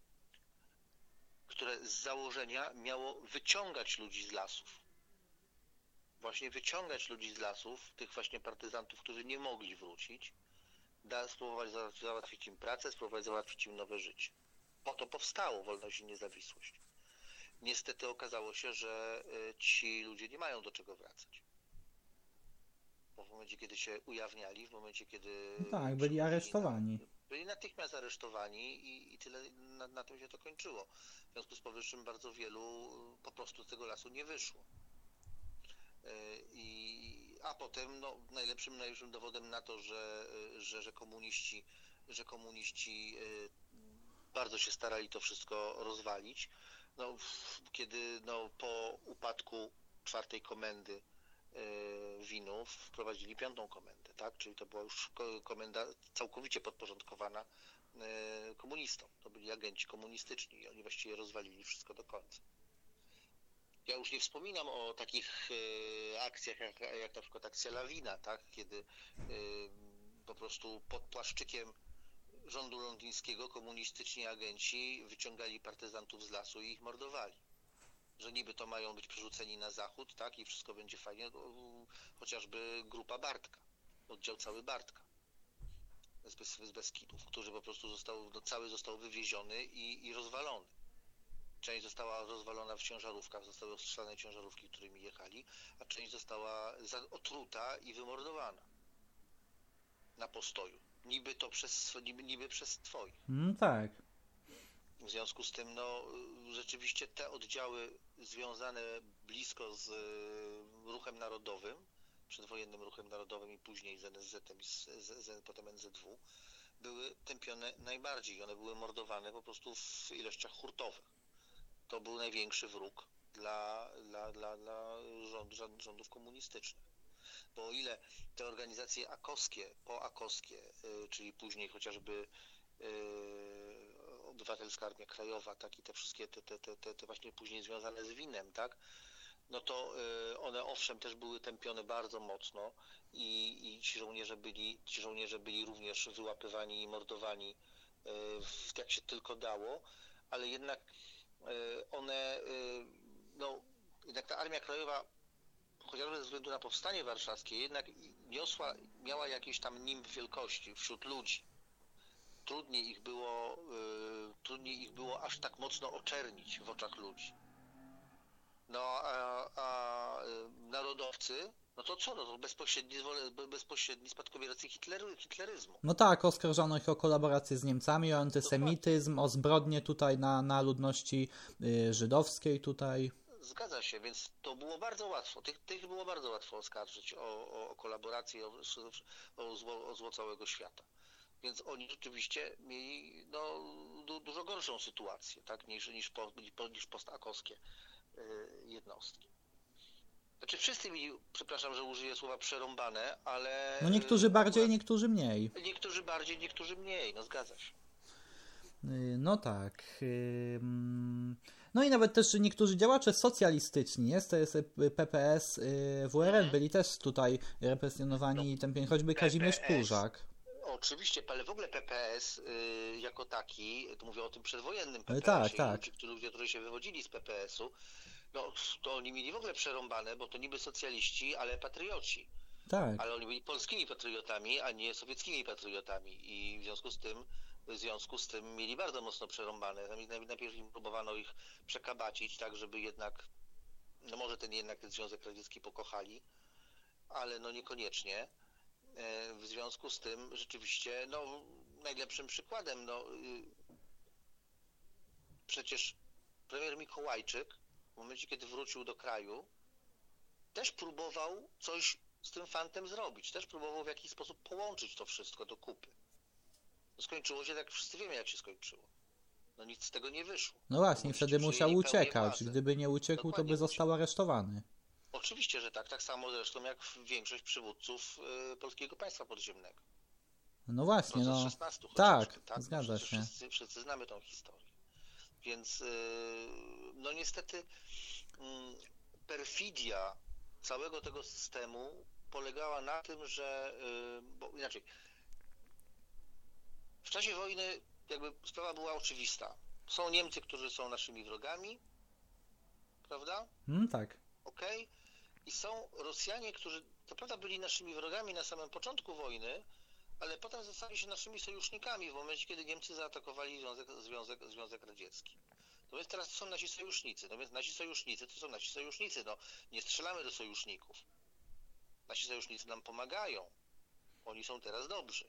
które z założenia miało wyciągać ludzi z lasów. Właśnie wyciągać ludzi z lasów, tych właśnie partyzantów, którzy nie mogli wrócić, spróbować załatwić im pracę, spróbować załatwić im nowe życie. Po to powstało Wolność i Niezawisłość. Niestety okazało się, że ci ludzie nie mają do czego wracać. Bo w momencie, kiedy się ujawniali, w momencie, kiedy... Tak, byli aresztowani. Byli natychmiast aresztowani i tyle na tym się to kończyło. W związku z powyższym bardzo wielu po prostu z tego lasu nie wyszło. A potem najlepszym dowodem na to, że komuniści bardzo się starali to wszystko rozwalić, kiedy po upadku 4. komendy Winów wprowadzili 5. komendę, tak? Czyli to była już komenda całkowicie podporządkowana komunistom. To byli agenci komunistyczni i oni właściwie rozwalili wszystko do końca. Ja już nie wspominam o takich akcjach jak na przykład akcja Lawina, tak? Kiedy po prostu pod płaszczykiem rządu londyńskiego komunistyczni agenci wyciągali partyzantów z lasu i ich mordowali. Że niby to mają być przerzuceni na zachód, tak? I wszystko będzie fajnie. Chociażby grupa Bartka, oddział cały Bartka z Beskidów, który po prostu cały został wywieziony i rozwalony. Część została rozwalona w ciężarówkach, zostały ostrzelane ciężarówki, którymi jechali, a część została otruta i wymordowana na postoju. Niby przez swoich. Tak. W związku z tym, rzeczywiście te oddziały związane blisko z ruchem narodowym, przedwojennym ruchem narodowym i później z NSZ-em i potem NZW, były tępione najbardziej. One były mordowane po prostu w ilościach hurtowych. To był największy wróg dla rządów komunistycznych. Bo o ile te organizacje poakowskie, czyli później chociażby Obywatelska Armia Krajowa, tak, i te wszystkie te właśnie później związane z winem, tak, to one owszem też były tępione bardzo mocno i ci żołnierze byli również wyłapywani i mordowani jak się tylko dało, ale jednak jednak ta Armia Krajowa, chociażby ze względu na powstanie warszawskie, jednak miała jakiś tam nimb wielkości wśród ludzi. Trudniej ich było aż tak mocno oczernić w oczach ludzi. A narodowcy, to bezpośredni spadkobiercy hitleryzmu. No tak, oskarżano ich o kolaborację z Niemcami, o antysemityzm, o zbrodnie tutaj na ludności żydowskiej tutaj. Zgadza się, więc to było bardzo łatwo. Tych było bardzo łatwo oskarżyć o kolaborację, o zło całego świata. Więc oni rzeczywiście mieli dużo gorszą sytuację, tak, niż postakowskie jednostki. Znaczy wszyscy mieli, przepraszam, że użyję słowa przerąbane, ale... niektórzy bardziej, niektórzy mniej. Niektórzy bardziej, niektórzy mniej, zgadza się. No tak. No i nawet też niektórzy działacze socjalistyczni, to jest PPS, WRN, byli też tutaj represjonowani i tępieni, choćby Kazimierz Pużak. Oczywiście, ale w ogóle PPS jako taki, to mówię o tym przedwojennym PPS-ie, tak. Ludzie, którzy się wywodzili z PPS-u, to oni mieli w ogóle przerąbane, bo to niby socjaliści, ale patrioci. Tak. Ale oni byli polskimi patriotami, a nie sowieckimi patriotami i w związku z tym mieli bardzo mocno przerąbane. Najpierw im próbowano ich przekabacić, tak, żeby jednak, może ten Związek Radziecki pokochali, ale niekoniecznie. W związku z tym rzeczywiście, najlepszym przykładem, przecież premier Mikołajczyk w momencie, kiedy wrócił do kraju, też próbował coś z tym fantem zrobić, też próbował w jakiś sposób połączyć to wszystko do kupy. Skończyło się tak, jak wszyscy wiemy, jak się skończyło. No nic z tego nie wyszło. No właśnie, Komuniści wtedy musiał przejęli pełnię uciekać. władzy. Gdyby nie uciekł, to by Dokładnie, został aresztowany. Oczywiście, że tak. Tak samo zresztą jak większość przywódców polskiego państwa podziemnego. No właśnie, Proces no 16 tak, chociażby, tak? No zgadza przecież się. wszyscy znamy tą historię. Więc no niestety perfidia całego tego systemu polegała na tym, że, bo inaczej, w czasie wojny jakby sprawa była oczywista. Są Niemcy, którzy są naszymi wrogami, prawda? Tak. Okej? I są Rosjanie, którzy co prawda byli naszymi wrogami na samym początku wojny, ale potem stali się naszymi sojusznikami w momencie, kiedy Niemcy zaatakowali Związek Radziecki. No więc teraz to są nasi sojusznicy. No więc nasi sojusznicy to są nasi sojusznicy. No nie strzelamy do sojuszników. Nasi sojusznicy nam pomagają. Oni są teraz dobrzy.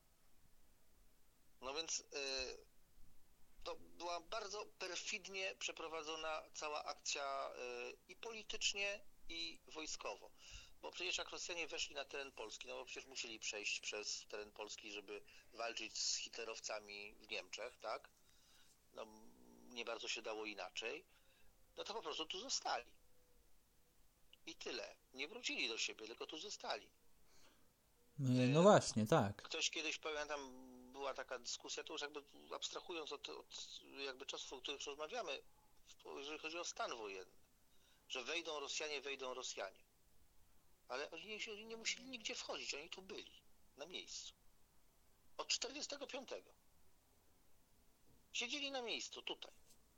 No więc to była bardzo perfidnie przeprowadzona cała akcja i politycznie, i wojskowo. Bo przecież jak Rosjanie weszli na teren Polski, no bo przecież musieli przejść przez teren Polski, żeby walczyć z hitlerowcami w Niemczech, tak? No nie bardzo się dało inaczej. No to po prostu tu zostali. I tyle. Nie wrócili do siebie, tylko tu zostali. No właśnie, tak. Ktoś kiedyś, pamiętam, była taka dyskusja, to już jakby abstrahując od jakby czasów, o których rozmawiamy, jeżeli chodzi o stan wojenny, że wejdą Rosjanie. Ale oni nie musieli nigdzie wchodzić, oni tu byli, na miejscu. Od 45. Siedzieli na miejscu, tutaj.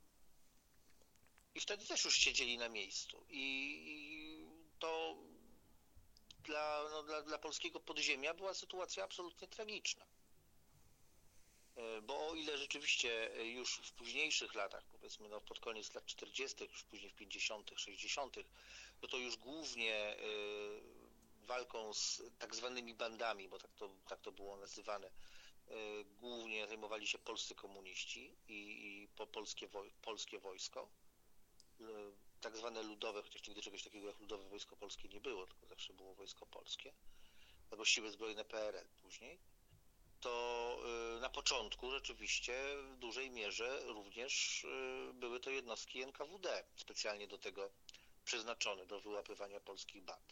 I wtedy też już siedzieli na miejscu. I to dla polskiego podziemia była sytuacja absolutnie tragiczna. Bo o ile rzeczywiście już w późniejszych latach, powiedzmy no pod koniec lat 40., już później w 50., 60., no to już głównie walką z tak zwanymi bandami, bo tak to było nazywane, głównie zajmowali się polscy komuniści i polskie wojsko, tak zwane ludowe, chociaż nigdy czegoś takiego jak Ludowe Wojsko Polskie nie było, tylko zawsze było Wojsko Polskie, albo Siły Zbrojne PRL później. To na początku rzeczywiście w dużej mierze również były to jednostki NKWD, specjalnie do tego przeznaczone, do wyłapywania polskich band.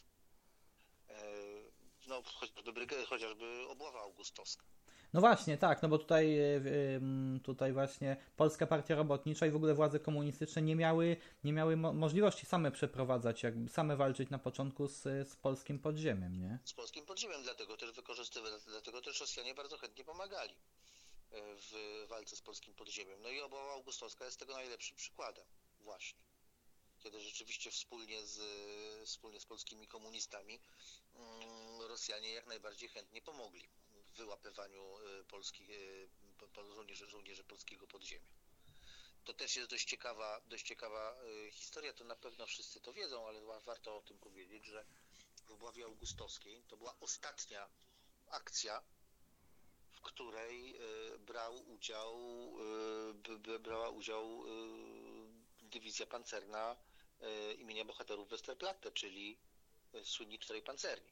No, chociażby obława augustowska. No właśnie, tak, no bo tutaj właśnie Polska Partia Robotnicza i w ogóle władze komunistyczne nie miały możliwości same przeprowadzać, jakby same walczyć na początku z polskim podziemiem, nie? Z polskim podziemiem, dlatego też Rosjanie bardzo chętnie pomagali w walce z polskim podziemiem. No i obława augustowska jest tego najlepszym przykładem właśnie. Kiedy rzeczywiście wspólnie z polskimi komunistami Rosjanie jak najbardziej chętnie pomogli w wyłapywaniu żołnierzy polskiego podziemia. To też jest dość ciekawa historia, to na pewno wszyscy to wiedzą, ale warto o tym powiedzieć, że w obławie augustowskiej to była ostatnia akcja, w której brała udział dywizja pancerna imienia bohaterów Westerplatte, czyli słynni 4 pancerni.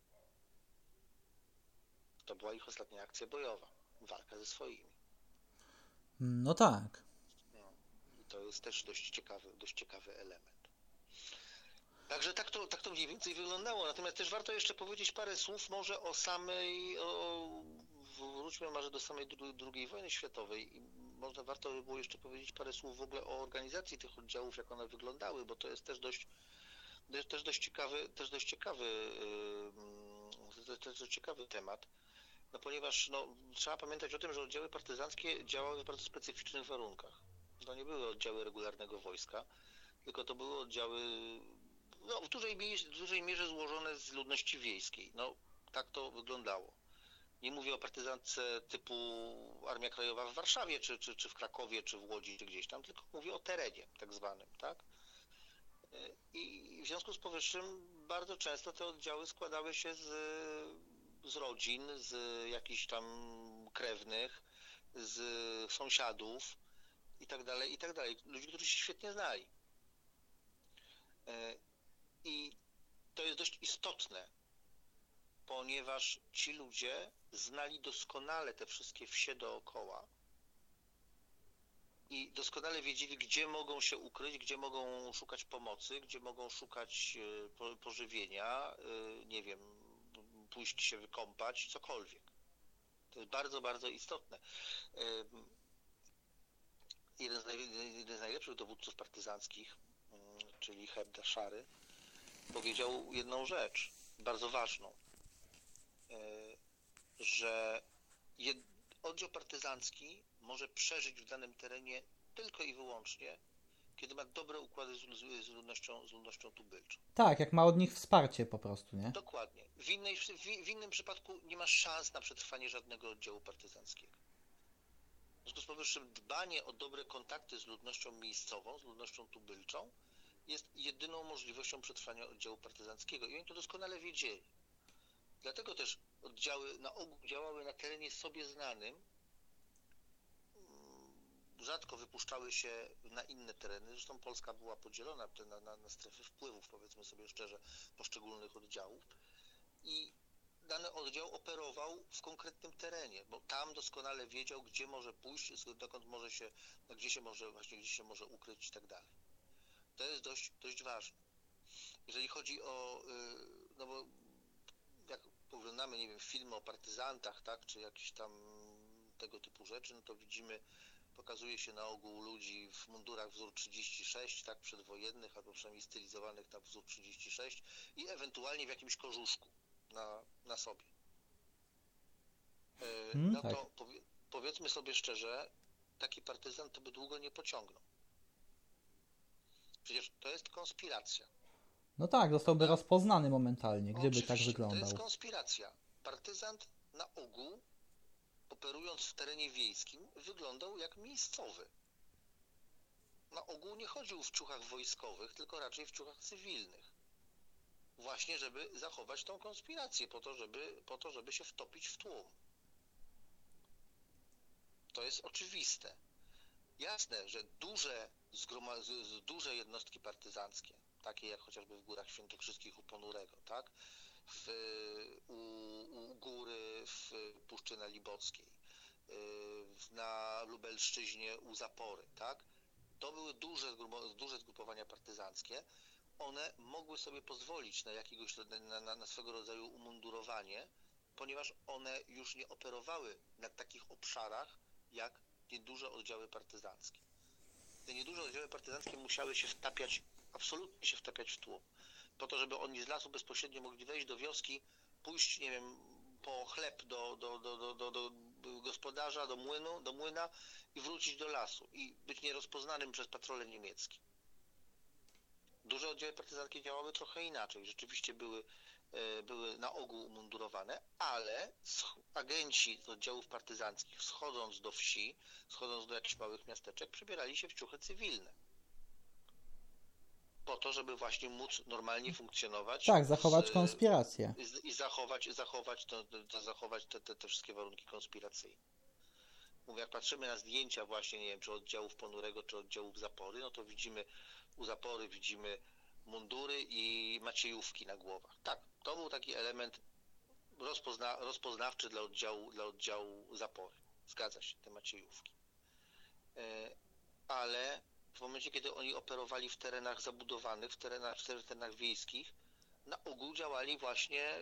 To była ich ostatnia akcja bojowa, walka ze swoimi. No tak. No. I to jest też dość ciekawy element. Także tak to mniej więcej wyglądało. Natomiast też warto jeszcze powiedzieć parę słów może wróćmy może do samej II wojny światowej i warto by było jeszcze powiedzieć parę słów w ogóle o organizacji tych oddziałów, jak one wyglądały, bo to jest też dość ciekawy temat. No ponieważ trzeba pamiętać o tym, że oddziały partyzanckie działały w bardzo specyficznych warunkach. To nie były oddziały regularnego wojska, tylko to były oddziały w dużej mierze złożone z ludności wiejskiej. No tak to wyglądało. Nie mówię o partyzance typu Armia Krajowa w Warszawie, czy w Krakowie, czy w Łodzi, czy gdzieś tam, tylko mówię o terenie tak zwanym, tak? I w związku z powyższym bardzo często te oddziały składały się z rodzin, z jakichś tam krewnych, z sąsiadów i tak dalej. Ludzi, którzy się świetnie znali. I to jest dość istotne ponieważ ci ludzie znali doskonale te wszystkie wsie dookoła i doskonale wiedzieli, gdzie mogą się ukryć, gdzie mogą szukać pomocy, gdzie mogą szukać pożywienia, nie wiem, pójść się wykąpać, cokolwiek. To jest bardzo, bardzo istotne. Jeden z najlepszych dowódców partyzanckich, czyli Hebda Szary, powiedział jedną rzecz, bardzo ważną, że oddział partyzancki może przeżyć w danym terenie tylko i wyłącznie, kiedy ma dobre układy z ludnością tubylczą. Tak, jak ma od nich wsparcie po prostu, nie? Dokładnie. W innym przypadku nie ma szans na przetrwanie żadnego oddziału partyzanckiego. W związku z powyższym dbanie o dobre kontakty z ludnością miejscową, z ludnością tubylczą jest jedyną możliwością przetrwania oddziału partyzanckiego i oni to doskonale wiedzieli. Dlatego też oddziały na ogół działały na terenie sobie znanym, rzadko wypuszczały się na inne tereny. Zresztą Polska była podzielona na strefy wpływów, powiedzmy sobie szczerze, poszczególnych oddziałów. I dany oddział operował w konkretnym terenie, bo tam doskonale wiedział, gdzie może pójść, dokąd może się, gdzie się może ukryć i tak dalej. To jest dość ważne. Jeżeli chodzi o, no bo jak oglądamy, nie wiem, filmy o partyzantach, tak, czy jakieś tam tego typu rzeczy, no to widzimy, pokazuje się na ogół ludzi w mundurach wzór 36, tak, przedwojennych, albo przynajmniej stylizowanych na wzór 36 i ewentualnie w jakimś kożuszku na sobie. No tak. to powiedzmy sobie szczerze, taki partyzant to by długo nie pociągnął. Przecież to jest konspiracja. No tak, zostałby rozpoznany momentalnie, gdyby tak wyglądał. To jest konspiracja. Partyzant na ogół, operując w terenie wiejskim, wyglądał jak miejscowy. Na ogół nie chodził w ciuchach wojskowych, tylko raczej w ciuchach cywilnych. Właśnie, żeby zachować tą konspirację, po to, żeby się wtopić w tłum. To jest oczywiste. Jasne, że duże jednostki partyzanckie, takie jak chociażby w Górach Świętokrzyskich u Ponurego, tak? U Góry w Puszczy Nalibockiej, na Lubelszczyźnie u Zapory, tak? To były duże zgrupowania partyzanckie. One mogły sobie pozwolić na jakiegoś, na swego rodzaju umundurowanie, ponieważ one już nie operowały na takich obszarach jak nieduże oddziały partyzanckie. Te nieduże oddziały partyzanckie musiały absolutnie się wtapiać w tłum, po to, żeby oni z lasu bezpośrednio mogli wejść do wioski, pójść, nie wiem, po chleb do gospodarza, do młyna i wrócić do lasu i być nierozpoznanym przez patrole niemieckie. Duże oddziały partyzanckie działały trochę inaczej. Rzeczywiście były na ogół umundurowane, ale agenci z oddziałów partyzanckich, schodząc do wsi, schodząc do jakichś małych miasteczek, przebierali się w ciuchy cywilne. Po to, żeby właśnie móc normalnie funkcjonować. Tak, zachować konspirację. I zachować te wszystkie warunki konspiracyjne. Mówię, jak patrzymy na zdjęcia właśnie, nie wiem, czy oddziałów Ponurego, czy oddziałów Zapory, no to u Zapory widzimy mundury i maciejówki na głowach. Tak, to był taki element rozpoznawczy dla oddziału Zapory. Zgadza się, te maciejówki. Ale w momencie, kiedy oni operowali w terenach zabudowanych, w terenach wiejskich, na ogół działali właśnie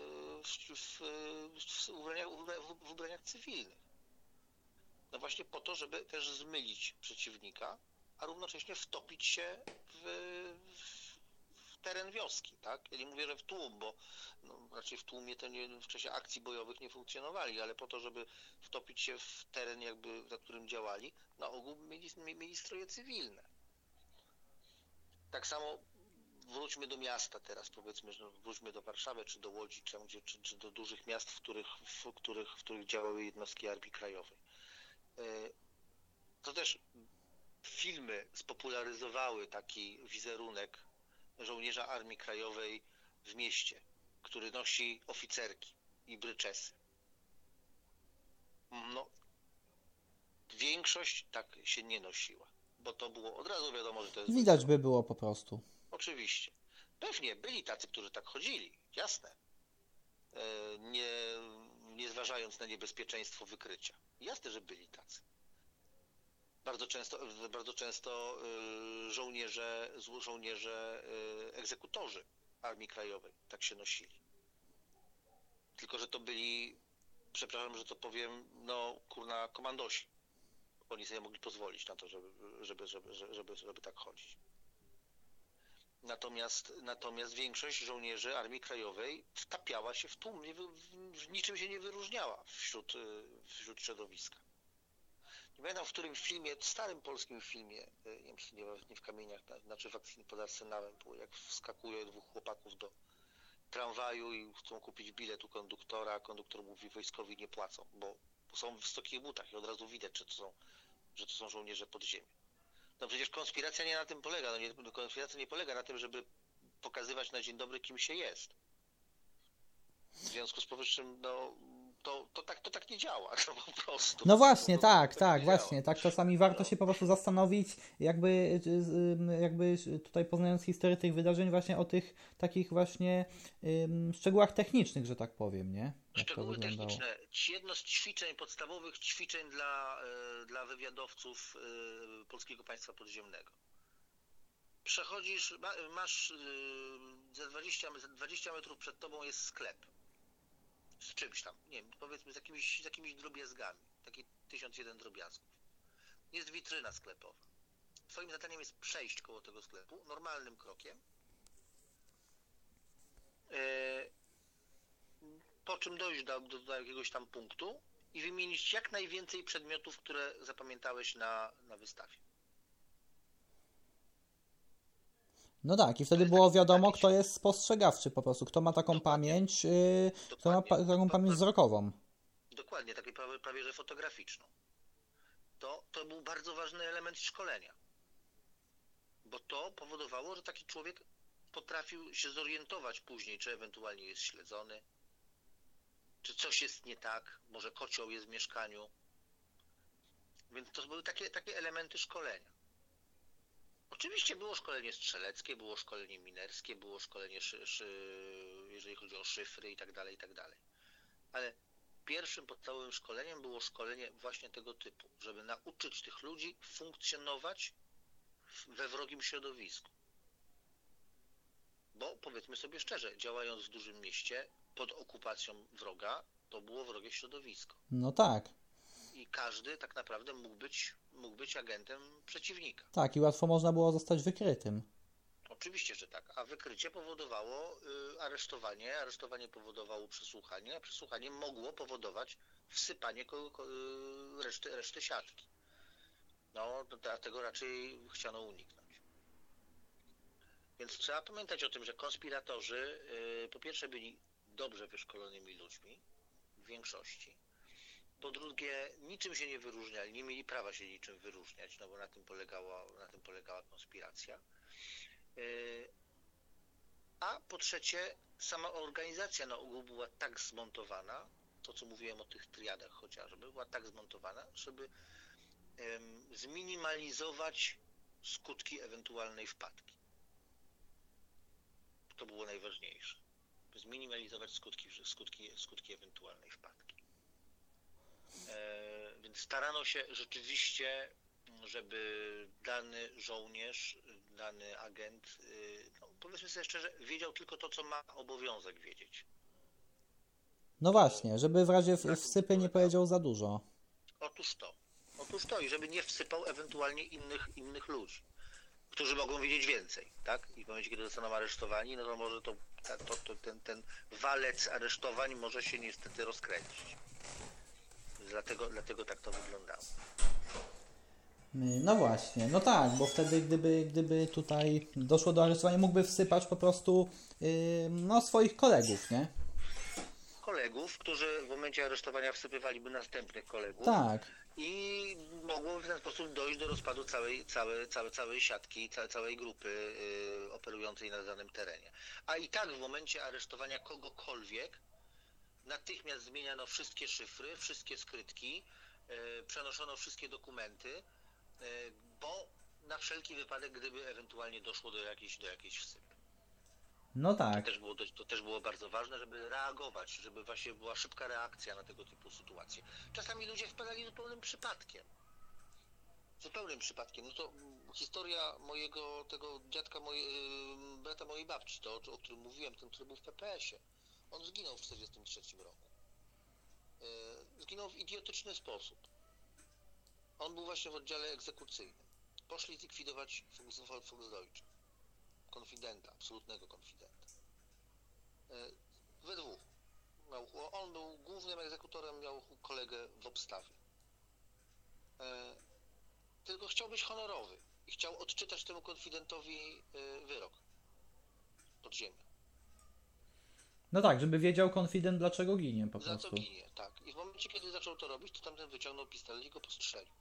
w ubraniach cywilnych. No właśnie po to, żeby też zmylić przeciwnika, a równocześnie wtopić się w teren wioski, tak? Ja nie mówię, że w tłum, bo raczej w tłumie to w czasie akcji bojowych nie funkcjonowali, ale po to, żeby wtopić się w teren jakby, na którym działali, na ogół mieli stroje cywilne. Tak samo wróćmy do miasta teraz, powiedzmy, że wróćmy do Warszawy, czy do Łodzi, czy do dużych miast, w których działały jednostki Armii Krajowej. To też filmy spopularyzowały taki wizerunek żołnierza Armii Krajowej w mieście, który nosi oficerki i bryczesy. No, większość tak się nie nosiła, bo to było od razu wiadomo, że to jest... Widać by było po prostu. Oczywiście. Pewnie byli tacy, którzy tak chodzili, jasne. nie, nie zważając na niebezpieczeństwo wykrycia. Jasne, że byli tacy. Bardzo często żołnierze egzekutorzy Armii Krajowej tak się nosili. Tylko że to byli, przepraszam, że to powiem, no kurna, komandosi. Oni sobie mogli pozwolić na to, żeby tak chodzić. Natomiast większość żołnierzy Armii Krajowej wtapiała się w tłum, niczym się nie wyróżniała wśród środowiska. Nie pamiętam, w którym filmie, starym polskim filmie, nie wiem, nie w Kamieniach, znaczy w Akcji pod Arsenałem, było, jak wskakuje dwóch chłopaków do tramwaju i chcą kupić bilet u konduktora, a konduktor mówi, wojskowi nie płacą, bo są w wysokich butach i od razu widać, że to są żołnierze podziemia. No przecież konspiracja nie na tym polega. Konspiracja nie polega na tym, żeby pokazywać na dzień dobry, kim się jest. W związku z powyższym, no, to tak nie działa, to po prostu. No właśnie, tak, właśnie. Tak czasami warto się po prostu zastanowić, jakby tutaj poznając historię tych wydarzeń, właśnie o tych takich właśnie szczegółach technicznych, że tak powiem, nie? Jak Szczegóły techniczne. Jedno z podstawowych ćwiczeń dla wywiadowców Polskiego Państwa Podziemnego. Przechodzisz, masz za 20 metrów przed tobą jest sklep. Z czymś tam, nie wiem, powiedzmy z jakimiś drobiazgami. Takie 1001 drobiazgów. Jest witryna sklepowa. Twoim zadaniem jest przejść koło tego sklepu normalnym krokiem. Po czym dojść do jakiegoś tam punktu i wymienić jak najwięcej przedmiotów, które zapamiętałeś na wystawie. No tak, i wtedy było wiadomo, kto jest spostrzegawczy po prostu, kto ma taką pamięć, kto ma taką pamięć wzrokową. Dokładnie, taką prawie że fotograficzną. To był bardzo ważny element szkolenia. Bo to powodowało, że taki człowiek potrafił się zorientować później, czy ewentualnie jest śledzony, czy coś jest nie tak, może kocioł jest w mieszkaniu. Więc to były takie elementy szkolenia. Oczywiście było szkolenie strzeleckie, było szkolenie minerskie, było szkolenie, jeżeli chodzi o szyfry i tak dalej. Ale pierwszym podstawowym szkoleniem było szkolenie właśnie tego typu, żeby nauczyć tych ludzi funkcjonować we wrogim środowisku. Bo powiedzmy sobie szczerze, działając w dużym mieście pod okupacją wroga, to było wrogie środowisko. No tak. I każdy tak naprawdę mógł być agentem przeciwnika. Tak, i łatwo można było zostać wykrytym. Oczywiście, że tak. A wykrycie powodowało aresztowanie powodowało przesłuchanie, a przesłuchanie mogło powodować wsypanie reszty siatki. No, tego raczej chciano uniknąć. Więc trzeba pamiętać o tym, że konspiratorzy po pierwsze byli dobrze wyszkolonymi ludźmi, w większości. Po drugie, niczym się nie wyróżniali, nie mieli prawa się niczym wyróżniać, no bo na tym polegała konspiracja. A po trzecie, sama organizacja na ogół była tak zmontowana, to co mówiłem o tych triadach chociażby, była tak zmontowana, żeby zminimalizować skutki ewentualnej wpadki. To było najważniejsze. Zminimalizować skutki ewentualnej wpadki. Więc starano się rzeczywiście, żeby dany żołnierz, dany agent, no powiedzmy sobie szczerze, wiedział tylko to, co ma obowiązek wiedzieć. No właśnie, żeby w razie wsypy nie powiedział za dużo. Otóż to i żeby nie wsypał ewentualnie innych ludzi, którzy mogą wiedzieć więcej, tak? I w momencie, kiedy zostaną aresztowani, no to może ten walec aresztowań może się niestety rozkręcić. Dlatego tak to wyglądało. No właśnie, no tak, bo wtedy gdyby tutaj doszło do aresztowania, mógłby wsypać po prostu swoich kolegów, nie? Kolegów, którzy w momencie aresztowania wsypywaliby następnych kolegów. Tak. I mogło w ten sposób dojść do rozpadu całej siatki, całej grupy operującej na danym terenie. A i tak w momencie aresztowania kogokolwiek natychmiast zmieniano wszystkie szyfry, wszystkie skrytki, przenoszono wszystkie dokumenty, bo na wszelki wypadek, gdyby ewentualnie doszło do jakiejś wsypy. No To tak. też było to też było bardzo ważne, żeby reagować, żeby właśnie była szybka reakcja na tego typu sytuacje. Czasami ludzie wpadali zupełnym przypadkiem. No to historia tego dziadka, brata mojej babci, o którym mówiłem, ten, który był w PPS-ie. On zginął w 1943 roku. Zginął w idiotyczny sposób. On był właśnie w oddziale egzekucyjnym. Poszli zlikwidować Volksdeutsche, konfidenta, absolutnego konfidenta. We dwóch. On był głównym egzekutorem, miał kolegę w obstawie. Tylko chciał być honorowy i chciał odczytać temu konfidentowi wyrok podziemia. No tak, żeby wiedział konfident, dlaczego ginie po Za co prostu. ginie, tak. I w momencie, kiedy zaczął to robić, to tamten wyciągnął pistolet i go postrzelił.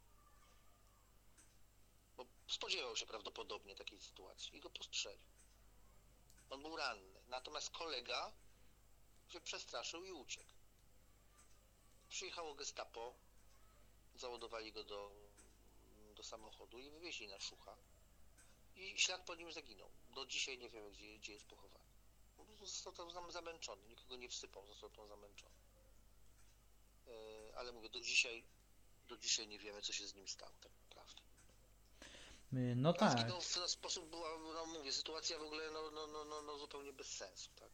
Bo spodziewał się prawdopodobnie takiej sytuacji i go postrzelił. On był ranny, natomiast kolega się przestraszył i uciekł. Przyjechało gestapo, załadowali go do samochodu i wywieźli na Szucha. I ślad po nim zaginął. Do dzisiaj nie wiemy, gdzie jest pochowany. Po prostu został tam zamęczony, nikogo nie wsypał, został tam zamęczony. Ale mówię, do dzisiaj nie wiemy, co się z nim stało, tak naprawdę. No A tak. zginął w ten sposób, była, no mówię, sytuacja w ogóle no zupełnie bez sensu, tak.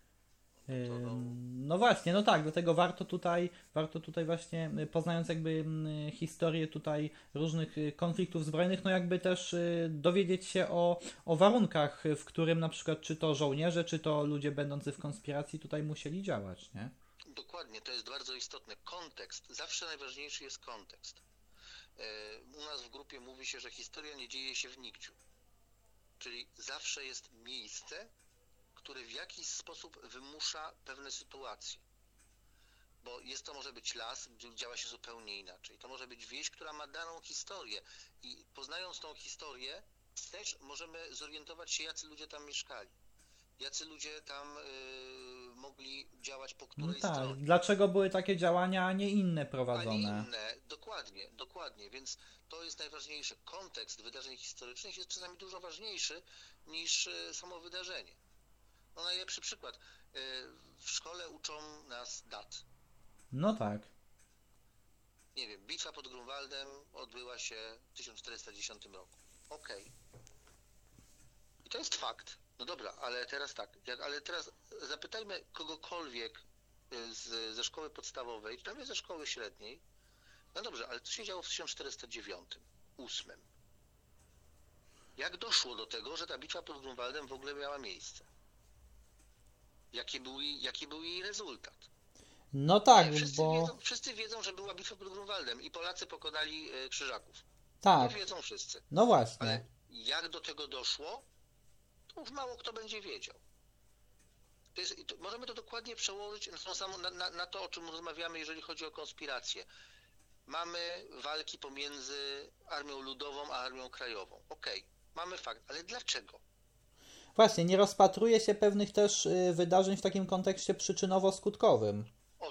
No właśnie, no tak, dlatego warto tutaj właśnie, poznając jakby historię tutaj różnych konfliktów zbrojnych, no jakby też dowiedzieć się o warunkach, w którym na przykład czy to żołnierze, czy to ludzie będący w konspiracji tutaj musieli działać, nie? Dokładnie, to jest bardzo istotne. Kontekst, zawsze najważniejszy jest kontekst. U nas w grupie mówi się, że historia nie dzieje się w nigdziu. Czyli zawsze jest miejsce, które w jakiś sposób wymusza pewne sytuacje. Bo to może być las, gdzie działa się zupełnie inaczej. To może być wieś, która ma daną historię. I poznając tą historię, też możemy zorientować się, jacy ludzie tam mieszkali. Jacy ludzie tam mogli działać po No której tak, stronie. dlaczego były takie działania, a nie inne A nie prowadzone? inne, dokładnie, więc to jest najważniejsze. Kontekst wydarzeń historycznych jest czasami dużo ważniejszy niż samo wydarzenie. No najlepszy przykład. W szkole uczą nas dat. No tak. Nie wiem, bitwa pod Grunwaldem odbyła się w 1410 roku. Okej. I to jest fakt. No dobra, ale teraz tak. Ale teraz zapytajmy kogokolwiek ze szkoły podstawowej, czy nawet ze szkoły średniej. No dobrze, ale co się działo w 1409, 8? Jak doszło do tego, że ta bitwa pod Grunwaldem w ogóle miała miejsce? Jaki był jej rezultat? No tak, Nie, bo wszyscy wiedzą, że była bitwa pod Grunwaldem i Polacy pokonali Krzyżaków. To tak, wiedzą wszyscy. no właśnie. Ale jak do tego doszło, to już mało kto będzie wiedział. Możemy to dokładnie przełożyć na to, o czym rozmawiamy, jeżeli chodzi o konspirację. Mamy walki pomiędzy Armią Ludową a Armią Krajową. Okej, mamy fakt, ale dlaczego? Właśnie, nie rozpatruje się pewnych też wydarzeń w takim kontekście przyczynowo-skutkowym.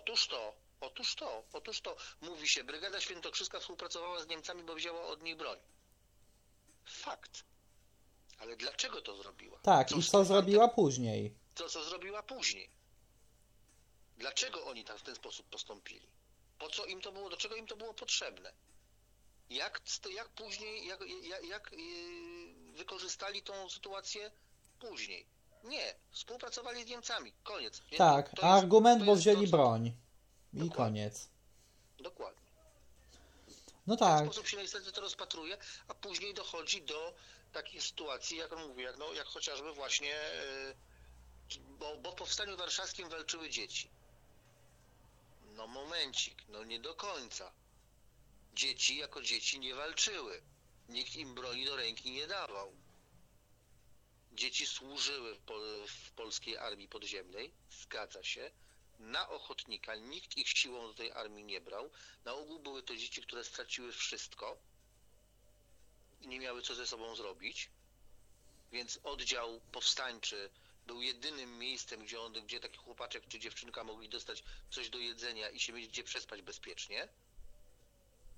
Otóż to. Mówi się, Brygada Świętokrzyska współpracowała z Niemcami, bo wzięła od nich broń. Fakt. Ale dlaczego to zrobiła? Tak, i co zrobiła później? Co zrobiła później? Dlaczego oni tak w ten sposób postąpili? Po co im to było, do czego im to było potrzebne? Jak później, jak wykorzystali tą sytuację później? Nie, współpracowali z Niemcami. Koniec. Tak, argument, bo wzięli broń. I Dokładnie. koniec. Dokładnie. No W ten tak, sposób się niestety to rozpatruje, a później dochodzi do takich sytuacji, jak on mówi, jak chociażby właśnie, bo w Powstaniu Warszawskim walczyły dzieci. No momencik, no nie do końca. Dzieci jako dzieci nie walczyły. Nikt im broni do ręki nie dawał. Dzieci służyły w polskiej armii podziemnej, zgadza się, na ochotnika. Nikt ich siłą do tej armii nie brał. Na ogół były to dzieci, które straciły wszystko i nie miały co ze sobą zrobić. Więc oddział powstańczy był jedynym miejscem, gdzie taki chłopaczek czy dziewczynka mogli dostać coś do jedzenia i się mieć gdzie przespać bezpiecznie.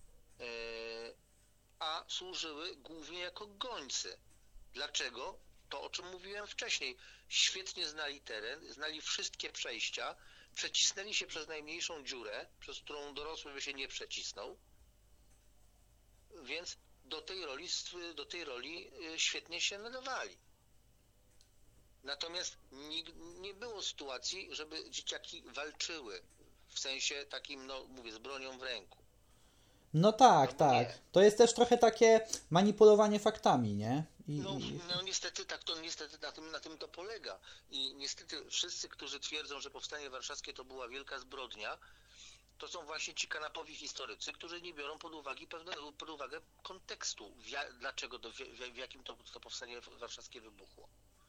A służyły głównie jako gońcy. Dlaczego? to, o czym mówiłem wcześniej. Świetnie znali teren, znali wszystkie przejścia, przecisnęli się przez najmniejszą dziurę, przez którą dorosły by się nie przecisnął, więc do tej roli świetnie się nadawali. Natomiast nie było sytuacji, żeby dzieciaki walczyły, w sensie takim, no mówię, z bronią w ręku. No tak, Albo tak. nie. To jest też trochę takie manipulowanie faktami, nie? No niestety tak to niestety na tym to polega. I niestety wszyscy, którzy twierdzą, że powstanie warszawskie to była wielka zbrodnia, to są właśnie ci kanapowi historycy, którzy nie biorą pod uwagę kontekstu, dlaczego w jakim to powstanie warszawskie wybuchło.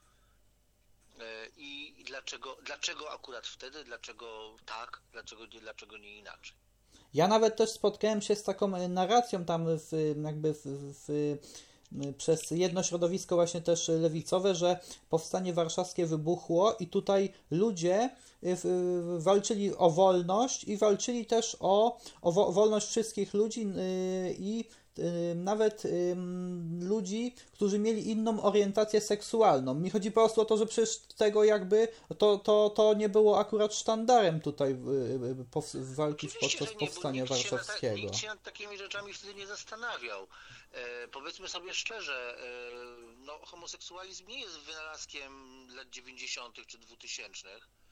I dlaczego akurat wtedy, dlaczego tak, dlaczego nie inaczej. Ja nawet też spotkałem się z taką narracją tam przez jedno środowisko właśnie też lewicowe, że powstanie warszawskie wybuchło i tutaj ludzie walczyli o wolność i walczyli też o wolność wszystkich ludzi i nawet ludzi, którzy mieli inną orientację seksualną. Mi chodzi po prostu o to, że przecież tego jakby to nie było akurat sztandarem tutaj walki podczas powstania warszawskiego. Nikt się nad takimi rzeczami wtedy nie zastanawiał. Powiedzmy sobie szczerze, no, homoseksualizm nie jest wynalazkiem lat 90. czy 2000.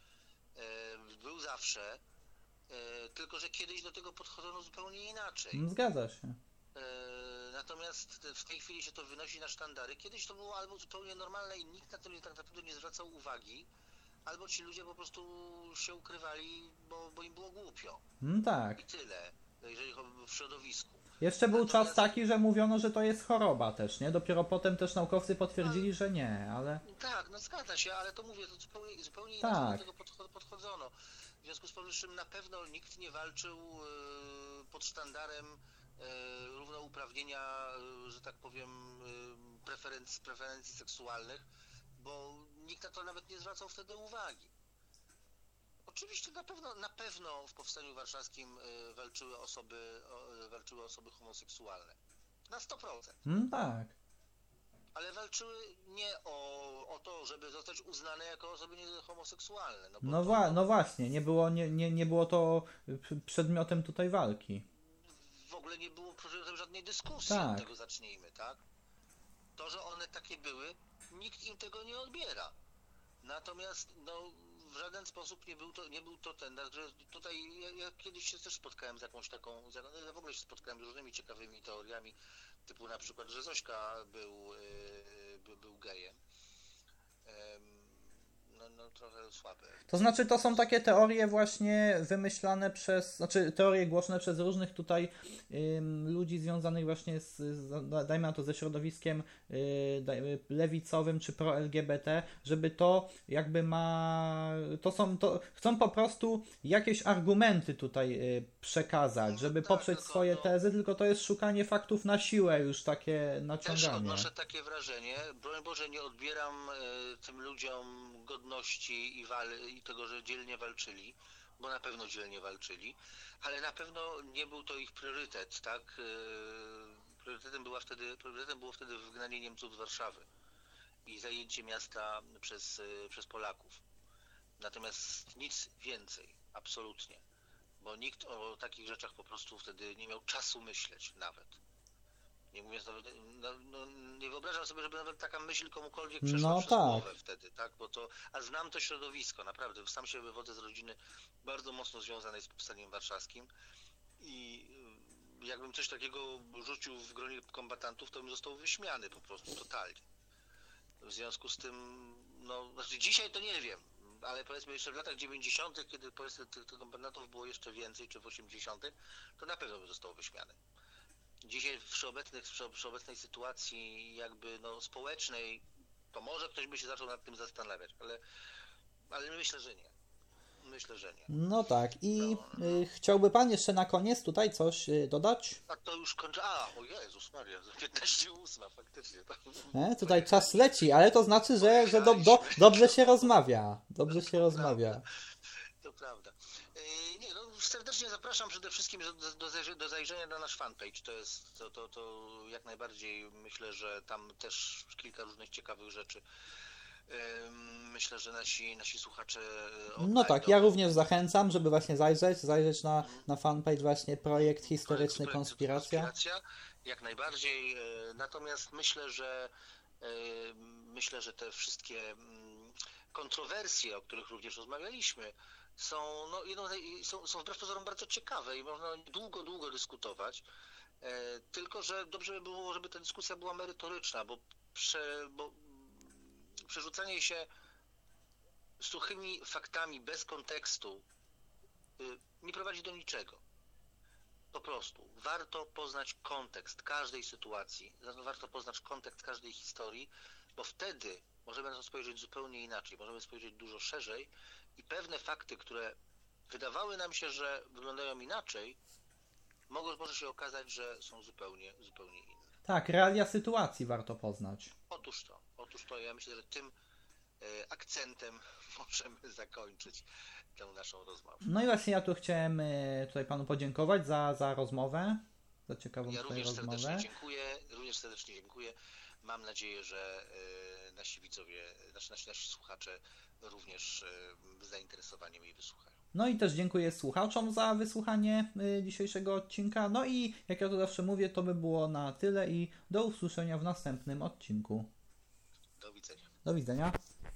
Był zawsze, tylko że kiedyś do tego podchodzono zupełnie inaczej. Zgadza się. Natomiast w tej chwili się to wynosi na sztandary. Kiedyś to było albo zupełnie normalne i nikt na to tak naprawdę nie zwracał uwagi, albo ci ludzie po prostu się ukrywali, bo im było głupio. Tak. I tyle, jeżeli chodzi w środowisku. Jeszcze był czas taki, że mówiono, że to jest choroba też, nie? Dopiero potem też naukowcy potwierdzili, że nie, ale... Tak, no zgadza się, ale to mówię, to zupełnie tak. inaczej do tego podchodzono. W związku z powyższym na pewno nikt nie walczył pod sztandarem równouprawnienia, że tak powiem, preferencji seksualnych, bo nikt na to nawet nie zwracał wtedy uwagi. Oczywiście na pewno w powstaniu warszawskim walczyły osoby homoseksualne. Na 100%. Tak. Ale walczyły nie o to, żeby zostać uznane jako osoby homoseksualne. No właśnie, nie było to przedmiotem tutaj walki. W ogóle nie było przedmiotem żadnej dyskusji, tak. Od tego zacznijmy, tak? To, że one takie były, nikt im tego nie odbiera. Natomiast no, w żaden sposób nie był to ten, że tutaj ja kiedyś się też spotkałem z jakąś taką, w ogóle się spotkałem z różnymi ciekawymi teoriami, typu na przykład, że Zośka był gejem. No trochę słabe. To znaczy to są takie teorie właśnie wymyślane teorie głoszone przez różnych tutaj ludzi związanych właśnie dajmy na to ze środowiskiem lewicowym czy pro-LGBT, żeby to jakby chcą po prostu jakieś argumenty tutaj przekazać, żeby poprzeć swoje tezy, tylko to jest szukanie faktów na siłę już takie naciąganie. Też odnoszę takie wrażenie, broń Boże nie odbieram tym ludziom godności i tego, że dzielnie walczyli, bo na pewno dzielnie walczyli, ale na pewno nie był to ich priorytet, tak? Priorytetem było wtedy wygnanie Niemców z Warszawy i zajęcie miasta przez Polaków. Natomiast nic więcej, absolutnie, bo nikt o takich rzeczach po prostu wtedy nie miał czasu myśleć nawet. Nie mówiąc nawet, nie wyobrażam sobie, żeby nawet taka myśl komukolwiek przeszła przez głowę wtedy, tak? A znam to środowisko, naprawdę. Sam się wywodzę z rodziny bardzo mocno związanej z powstaniem warszawskim i jakbym coś takiego rzucił w gronie kombatantów, to bym został wyśmiany po prostu totalnie. W związku z tym, znaczy dzisiaj to nie wiem, ale powiedzmy jeszcze w latach 90., kiedy powiedzmy tych kombatantów było jeszcze więcej, czy w 80., to na pewno bym został wyśmiany. Dzisiaj w wszechobecnej sytuacji jakby społecznej, to może ktoś by się zaczął nad tym zastanawiać, ale myślę, że nie. No tak. I chciałby Pan jeszcze na koniec tutaj coś dodać? A to już kończę. O Jezus Maria, za 15:08 faktycznie. Tutaj czas leci, ale to znaczy, że dobrze się rozmawia. Dobrze się rozmawia. prawda. Nie, no, serdecznie zapraszam przede wszystkim do zajrzenia na nasz fanpage. To jest to jak najbardziej, myślę, że tam też kilka różnych ciekawych rzeczy. Myślę, że nasi słuchacze No tak, ja również zachęcam, żeby właśnie zajrzeć na fanpage właśnie Projekt Historyczny Konspiracja. Jak najbardziej. Natomiast myślę, że te wszystkie kontrowersje, o których również rozmawialiśmy, są, no, są wbrew pozorom bardzo ciekawe i można długo dyskutować. Tylko że dobrze by było, żeby ta dyskusja była merytoryczna, bo przerzucanie się suchymi faktami bez kontekstu nie prowadzi do niczego. Po prostu warto poznać kontekst każdej sytuacji, warto poznać kontekst każdej historii, bo wtedy możemy na to spojrzeć zupełnie inaczej, możemy spojrzeć dużo szerzej i pewne fakty, które wydawały nam się, że wyglądają inaczej, może się okazać, że są zupełnie inne. Tak, realia sytuacji warto poznać. Otóż to ja myślę, że tym akcentem możemy zakończyć tę naszą rozmowę. No i właśnie ja tu chciałem tutaj panu podziękować za rozmowę, za ciekawą rozmowę. Również serdecznie dziękuję. Mam nadzieję, że nasi widzowie, nasi słuchacze również z zainteresowaniem jej wysłuchają. No i też dziękuję słuchaczom za wysłuchanie dzisiejszego odcinka. No i jak ja to zawsze mówię, to by było na tyle i do usłyszenia w następnym odcinku. Do widzenia. Do widzenia.